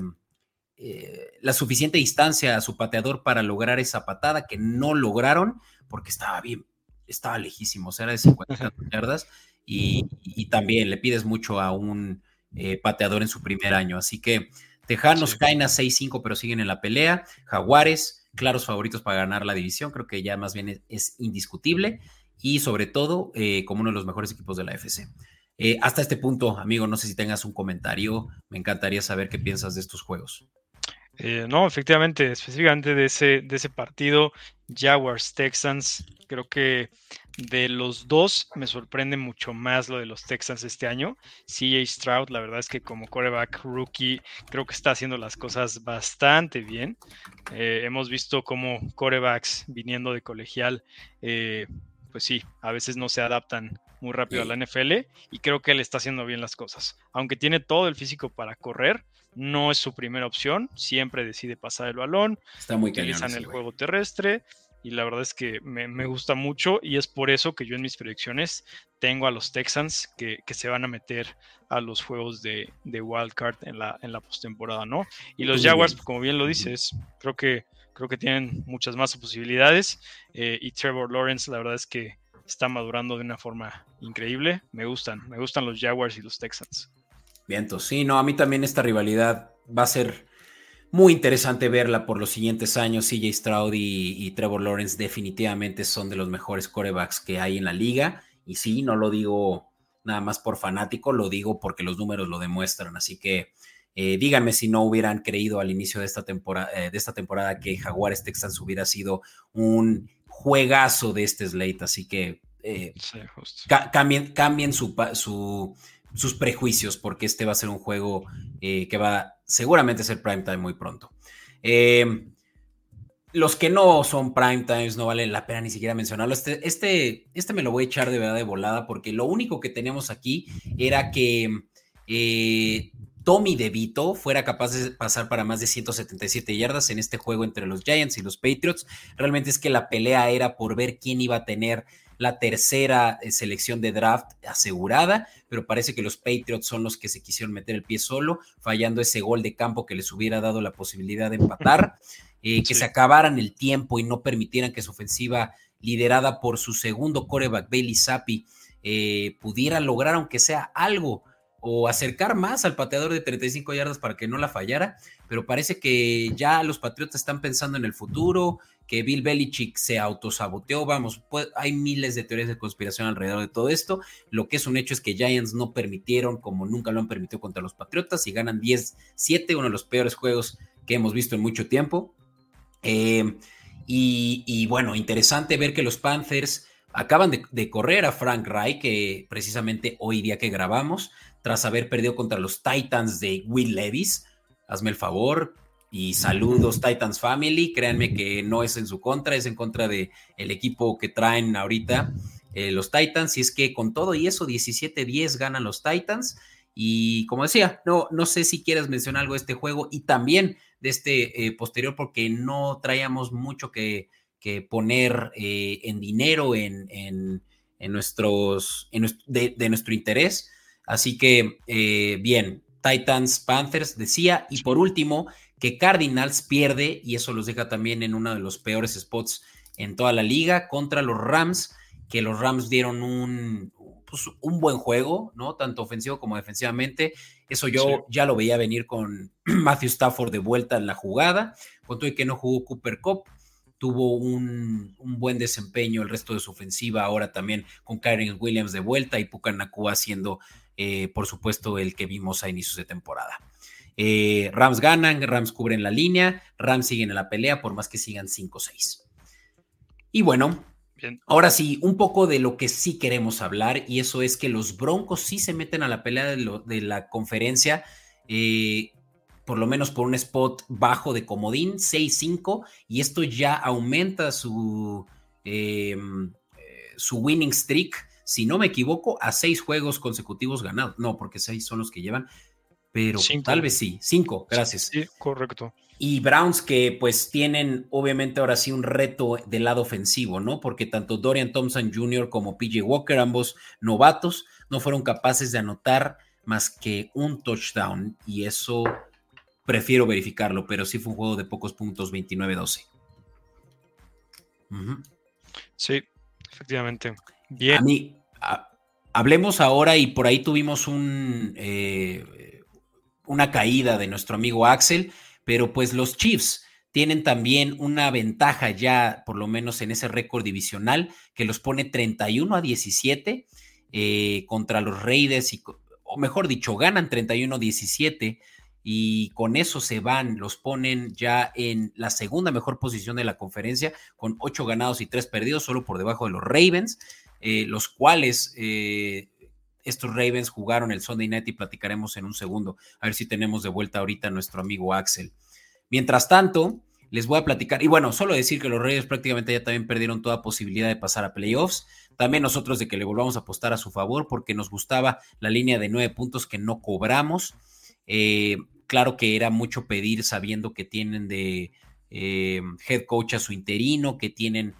S1: eh, la suficiente distancia a su pateador para lograr esa patada, que no lograron porque estaba bien, estaba lejísimo, o sea, era de cincuenta yardas y, y también le pides mucho a un eh, pateador en su primer año, así que Tejanos sí. Caen a seis cinco pero siguen en la pelea. Jaguares, claros favoritos para ganar la división, creo que ya más bien es, es indiscutible y sobre todo eh, como uno de los mejores equipos de la F C. Eh, hasta este punto, amigo, no sé si tengas un comentario, me encantaría saber qué piensas de estos juegos.
S2: Eh, no, efectivamente, específicamente de ese, de ese partido, Jaguars-Texans, creo que de los dos me sorprende mucho más lo de los Texans este año. C J Stroud, la verdad es que como quarterback rookie, creo que está haciendo las cosas bastante bien. Eh, hemos visto cómo quarterbacks viniendo de colegial, eh, pues sí, a veces no se adaptan muy rápido sí. a la N F L, y creo que él está haciendo bien las cosas. Aunque tiene todo el físico para correr, no es su primera opción, siempre decide pasar el balón,
S1: está muy
S2: utilizan
S1: cañón,
S2: el
S1: sí,
S2: juego terrestre, y la verdad es que me, me gusta mucho, y es por eso que yo en mis predicciones tengo a los Texans que, que se van a meter a los juegos de, de Wildcard en la, en la postemporada, ¿no? Y los muy Jaguars, bien. Como bien lo dices, creo que, creo que tienen muchas más posibilidades, eh, y Trevor Lawrence, la verdad es que está madurando de una forma increíble. Me gustan, me gustan los Jaguars y los Texans.
S1: Vientos, sí, no, a mí también esta rivalidad va a ser muy interesante verla por los siguientes años. C J Stroud y, y Trevor Lawrence definitivamente son de los mejores quarterbacks que hay en la liga. Y sí, no lo digo nada más por fanático, lo digo porque los números lo demuestran. Así que eh, díganme si no hubieran creído al inicio de esta temporada, eh, de esta temporada que Jaguares Texans hubiera sido un juegazo de este slate, así que eh, sí, ca- cambien, cambien su, su, sus prejuicios, porque este va a ser un juego eh, que va seguramente a ser primetime muy pronto. Eh, los que no son primetimes no vale la pena ni siquiera mencionarlo. Este, este, este me lo voy a echar de verdad de volada, porque lo único que teníamos aquí era que eh, Tommy DeVito fuera capaz de pasar para más de ciento setenta y siete yardas en este juego entre los Giants y los Patriots. Realmente es que la pelea era por ver quién iba a tener la tercera selección de draft asegurada, pero parece que los Patriots son los que se quisieron meter el pie solo, fallando ese gol de campo que les hubiera dado la posibilidad de empatar, eh, que sí. se acabaran el tiempo y no permitieran que su ofensiva, liderada por su segundo quarterback, Bailey Zappi, eh, pudiera lograr aunque sea algo o acercar más al pateador de treinta y cinco yardas para que no la fallara, pero parece que ya los Patriotas están pensando en el futuro, que Bill Belichick se autosaboteó, vamos, pues, hay miles de teorías de conspiración alrededor de todo esto. Lo que es un hecho es que Giants no permitieron, como nunca lo han permitido contra los Patriotas, y ganan diez siete, uno de los peores juegos que hemos visto en mucho tiempo. Eh, y, y bueno, interesante ver que los Panthers acaban de, de correr a Frank Reich, que precisamente hoy día que grabamos, tras haber perdido contra los Titans de Will Levis. Hazme el favor y saludos Titans Family, créanme que no es en su contra, es en contra de el equipo que traen ahorita eh, los Titans, y es que con todo y eso diecisiete diez ganan los Titans. Y como decía, no, no sé si quieres mencionar algo de este juego y también de este eh, posterior, porque no traíamos mucho que, que poner eh, en dinero en, en, en nuestros, en nuestro, de, de nuestro interés. Así que, eh, bien, Titans, Panthers, decía. Y por último, que Cardinals pierde, y eso los deja también en uno de los peores spots en toda la liga, contra los Rams, que los Rams dieron un, pues, un buen juego, ¿no? Tanto ofensivo como defensivamente. Eso yo sí. ya lo veía venir con Matthew Stafford de vuelta en la jugada, con todo y que no jugó Cooper Kupp. Tuvo un, un buen desempeño el resto de su ofensiva, ahora también con Kyren Williams de vuelta y Puka Nacua siendo, eh, por supuesto, el que vimos a inicios de temporada. Eh, Rams ganan, Rams cubren la línea, Rams siguen en la pelea por más que sigan cinco seis. Y bueno, bien. Ahora sí, un poco de lo que sí queremos hablar, y eso es que los Broncos sí se meten a la pelea de, lo, de la conferencia, eh, por lo menos por un spot bajo de comodín, seis cinco, y esto ya aumenta su, eh, su winning streak, si no me equivoco, a seis juegos consecutivos ganados. No, porque seis son los que llevan, pero cinco. Tal vez sí, cinco, gracias.
S2: Sí, correcto.
S1: Y Browns que pues tienen obviamente ahora sí un reto del lado ofensivo, ¿no? Porque tanto Dorian Thompson junior como P J Walker, ambos novatos, no fueron capaces de anotar más que un touchdown, y eso prefiero verificarlo, pero sí fue un juego de pocos puntos, veintinueve doce. Uh-huh.
S2: Sí, efectivamente. Bien.
S1: A mí, a, hablemos ahora, y por ahí tuvimos un, eh, una caída de nuestro amigo Axel, pero pues los Chiefs tienen también una ventaja ya, por lo menos en ese récord divisional, que los pone treinta y uno a diecisiete eh, contra los Raiders, y, o mejor dicho, ganan treinta y uno a diecisiete, y con eso se van, los ponen ya en la segunda mejor posición de la conferencia, con ocho ganados y tres perdidos, solo por debajo de los Ravens, eh, los cuales eh, estos Ravens jugaron el Sunday Night, y platicaremos en un segundo, a ver si tenemos de vuelta ahorita a nuestro amigo Axel. Mientras tanto, les voy a platicar, y bueno, solo decir que los Raiders prácticamente ya también perdieron toda posibilidad de pasar a playoffs, también nosotros de que le volvamos a apostar a su favor, porque nos gustaba la línea de nueve puntos que no cobramos. eh, Claro que era mucho pedir, sabiendo que tienen de eh, head coach a su interino, que tienen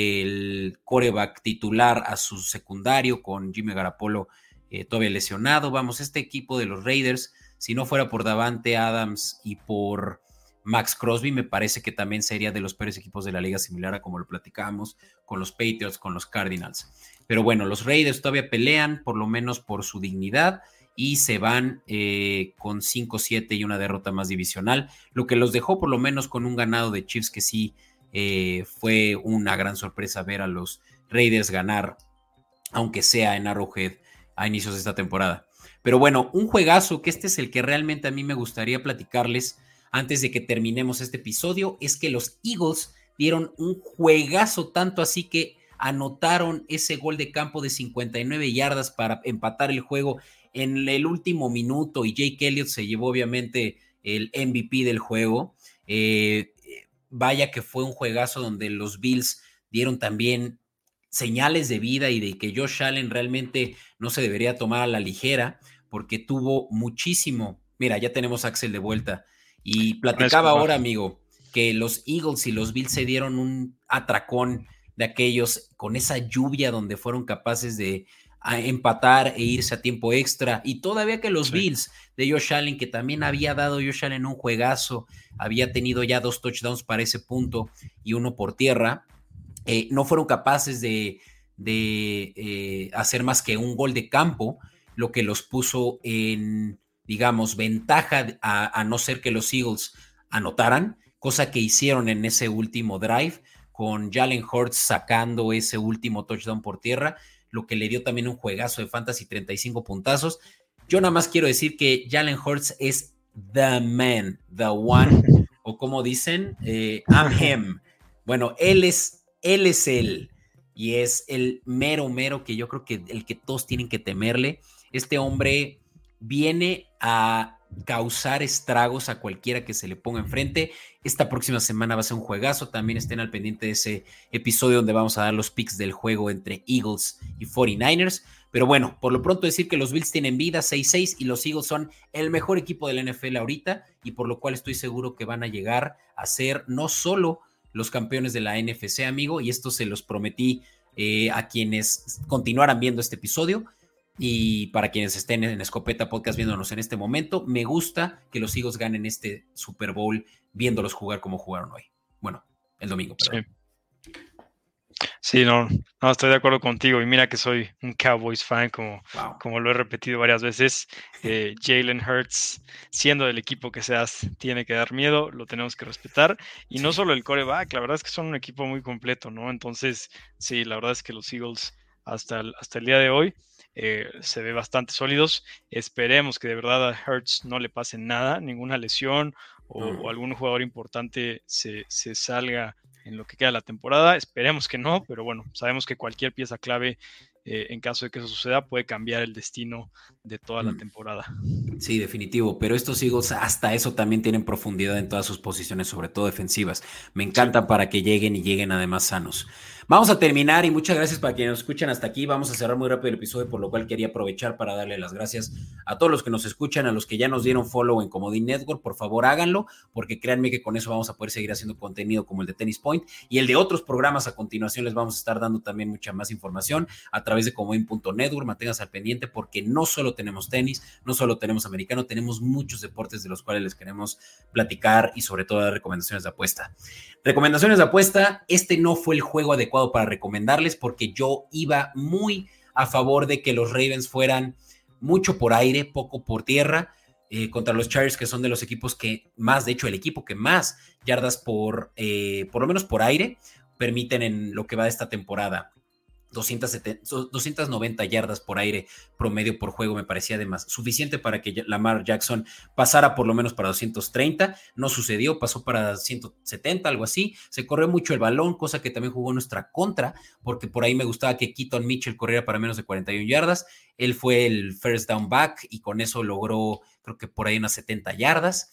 S1: del quarterback titular a su secundario, con Jimmy Garoppolo eh, todavía lesionado. Vamos, este equipo de los Raiders, si no fuera por Davante Adams y por Max Crosby, me parece que también sería de los peores equipos de la liga, similar a como lo platicamos con los Patriots, con los Cardinals. Pero bueno, los Raiders todavía pelean, por lo menos por su dignidad, y se van eh, con cinco siete y una derrota más divisional, lo que los dejó por lo menos con un ganado de Chiefs, que sí eh, fue una gran sorpresa ver a los Raiders ganar, aunque sea en Arrowhead a inicios de esta temporada. Pero bueno, un juegazo, que este es el que realmente a mí me gustaría platicarles antes de que terminemos este episodio, es que los Eagles dieron un juegazo, tanto así que anotaron ese gol de campo de cincuenta y nueve yardas para empatar el juego en el último minuto, y Jake Elliott se llevó obviamente el M V P del juego. Eh, vaya que fue un juegazo donde los Bills dieron también señales de vida, y de que Josh Allen realmente no se debería tomar a la ligera, porque tuvo muchísimo, Mira, ya tenemos a Axel de vuelta. Y platicaba ahora, amigo, que los Eagles y los Bills se dieron un atracón de aquellos con esa lluvia donde fueron capaces de empatar e irse a tiempo extra. Y todavía que los sí. Bills de Josh Allen, que también había dado Josh Allen un juegazo, había tenido ya dos touchdowns para ese punto y uno por tierra, eh, no fueron capaces de, de eh, hacer más que un gol de campo, lo que los puso en, digamos, ventaja a, a no ser que los Eagles anotaran, cosa que hicieron en ese último drive, con Jalen Hurts sacando ese último touchdown por tierra, lo que le dio también un juegazo de fantasy, treinta y cinco puntazos. Yo nada más quiero decir que Jalen Hurts es the man, the one, o como dicen, eh, I'm him. Bueno, él es, él es él, y es el mero, mero que yo creo que el que todos tienen que temerle. Este hombre viene a causar estragos a cualquiera que se le ponga enfrente. Esta próxima semana va a ser un juegazo. También estén al pendiente de ese episodio donde vamos a dar los picks del juego entre Eagles y cuarenta y nueve ers. Pero bueno, por lo pronto decir que los Bills tienen vida seis seis y los Eagles son el mejor equipo de la N F L ahorita, y por lo cual estoy seguro que van a llegar a ser no solo los campeones de la N F C, amigo, y esto se los prometí eh, a quienes continuaran viendo este episodio. Y para quienes estén en Escopeta Podcast viéndonos en este momento, me gusta que los Eagles ganen este Super Bowl viéndolos jugar como jugaron hoy. Bueno, el domingo, perdón.
S2: Sí, sí no, no, estoy de acuerdo contigo. Y mira que soy un Cowboys fan, como, wow. como lo he repetido varias veces. Eh, Jalen Hurts, siendo del equipo que seas, tiene que dar miedo, lo tenemos que respetar. Y no solo el quarterback, la verdad es que son un equipo muy completo, ¿no? Entonces, sí, la verdad es que los Eagles hasta el, hasta el día de hoy Eh, se ve bastante sólidos. Esperemos que de verdad a Hurts no le pase nada, ninguna lesión o, mm. o algún jugador importante se, se salga en lo que queda de la temporada. Esperemos que no, pero bueno, sabemos que cualquier pieza clave, eh, en caso de que eso suceda, puede cambiar el destino de toda mm. la temporada.
S1: Sí, definitivo, pero estos Eagles hasta eso también tienen profundidad en todas sus posiciones, sobre todo defensivas. Me encantan sí. para que lleguen y lleguen además sanos. Vamos a terminar y muchas gracias para quienes nos escuchan hasta aquí. Vamos a cerrar muy rápido el episodio, por lo cual quería aprovechar para darle las gracias a todos los que nos escuchan, a los que ya nos dieron follow en Comodín Network. Por favor, háganlo, porque créanme que con eso vamos a poder seguir haciendo contenido como el de Tennis Point y el de otros programas. A continuación les vamos a estar dando también mucha más información a través de comodín punto network. Manténganse al pendiente porque no solo tenemos tenis, no solo tenemos americano, tenemos muchos deportes de los cuales les queremos platicar y sobre todo dar recomendaciones de apuesta. Recomendaciones de apuesta, este no fue el juego adecuado para recomendarles porque yo iba muy a favor de que los Ravens fueran mucho por aire, poco por tierra, eh, contra los Chargers, que son de los equipos que más, de hecho el equipo que más yardas por, eh, por lo menos por aire, permiten en lo que va de esta temporada. doscientas setenta, doscientas noventa yardas por aire promedio por juego me parecía de más, suficiente para que Lamar Jackson pasara por lo menos para doscientos treinta, no sucedió, pasó para ciento setenta, algo así, se corrió mucho el balón, cosa que también jugó nuestra contra, porque por ahí me gustaba que Keaton Mitchell corriera para menos de cuarenta y una yardas, él fue el first down back y con eso logró, creo que por ahí unas setenta yardas,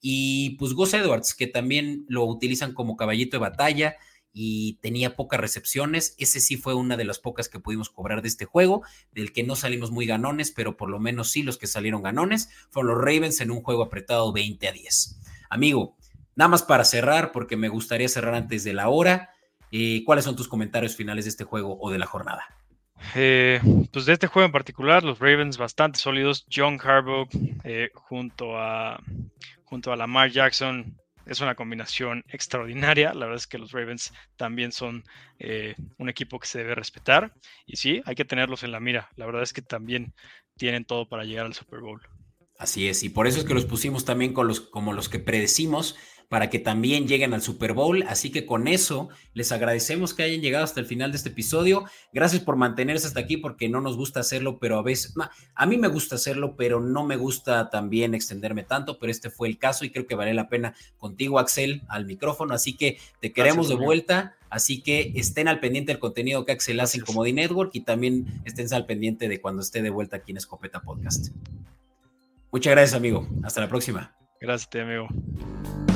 S1: y pues Gus Edwards, que también lo utilizan como caballito de batalla, y tenía pocas recepciones. Ese sí fue una de las pocas que pudimos cobrar de este juego, del que no salimos muy ganones, pero por lo menos sí los que salieron ganones fueron los Ravens en un juego apretado veinte a diez. Amigo, nada más para cerrar, porque me gustaría cerrar antes de la hora, eh, ¿cuáles son tus comentarios finales de este juego o de la jornada?
S2: Eh, pues de este juego en particular, los Ravens bastante sólidos. John Harbaugh eh, junto a junto a Lamar Jackson es una combinación extraordinaria. La verdad es que los Ravens también son eh, un equipo que se debe respetar. Y sí, hay que tenerlos en la mira. La verdad es que también tienen todo para llegar al Super Bowl.
S1: Así es, y por eso es que los pusimos también con los, como los que predecimos, para que también lleguen al Super Bowl. Así que con eso les agradecemos que hayan llegado hasta el final de este episodio. Gracias por mantenerse hasta aquí, porque no nos gusta hacerlo, pero a veces, no, a mí me gusta hacerlo, pero no me gusta también extenderme tanto, pero este fue el caso y creo que vale la pena contigo, Axel, al micrófono. Así que te queremos Gracias, de vuelta. Así que estén al pendiente del contenido que Axel hace en Comodín Network y también estén al pendiente de cuando esté de vuelta aquí en Escopeta Podcast. Muchas gracias, amigo. Hasta la próxima.
S2: Gracias, amigo.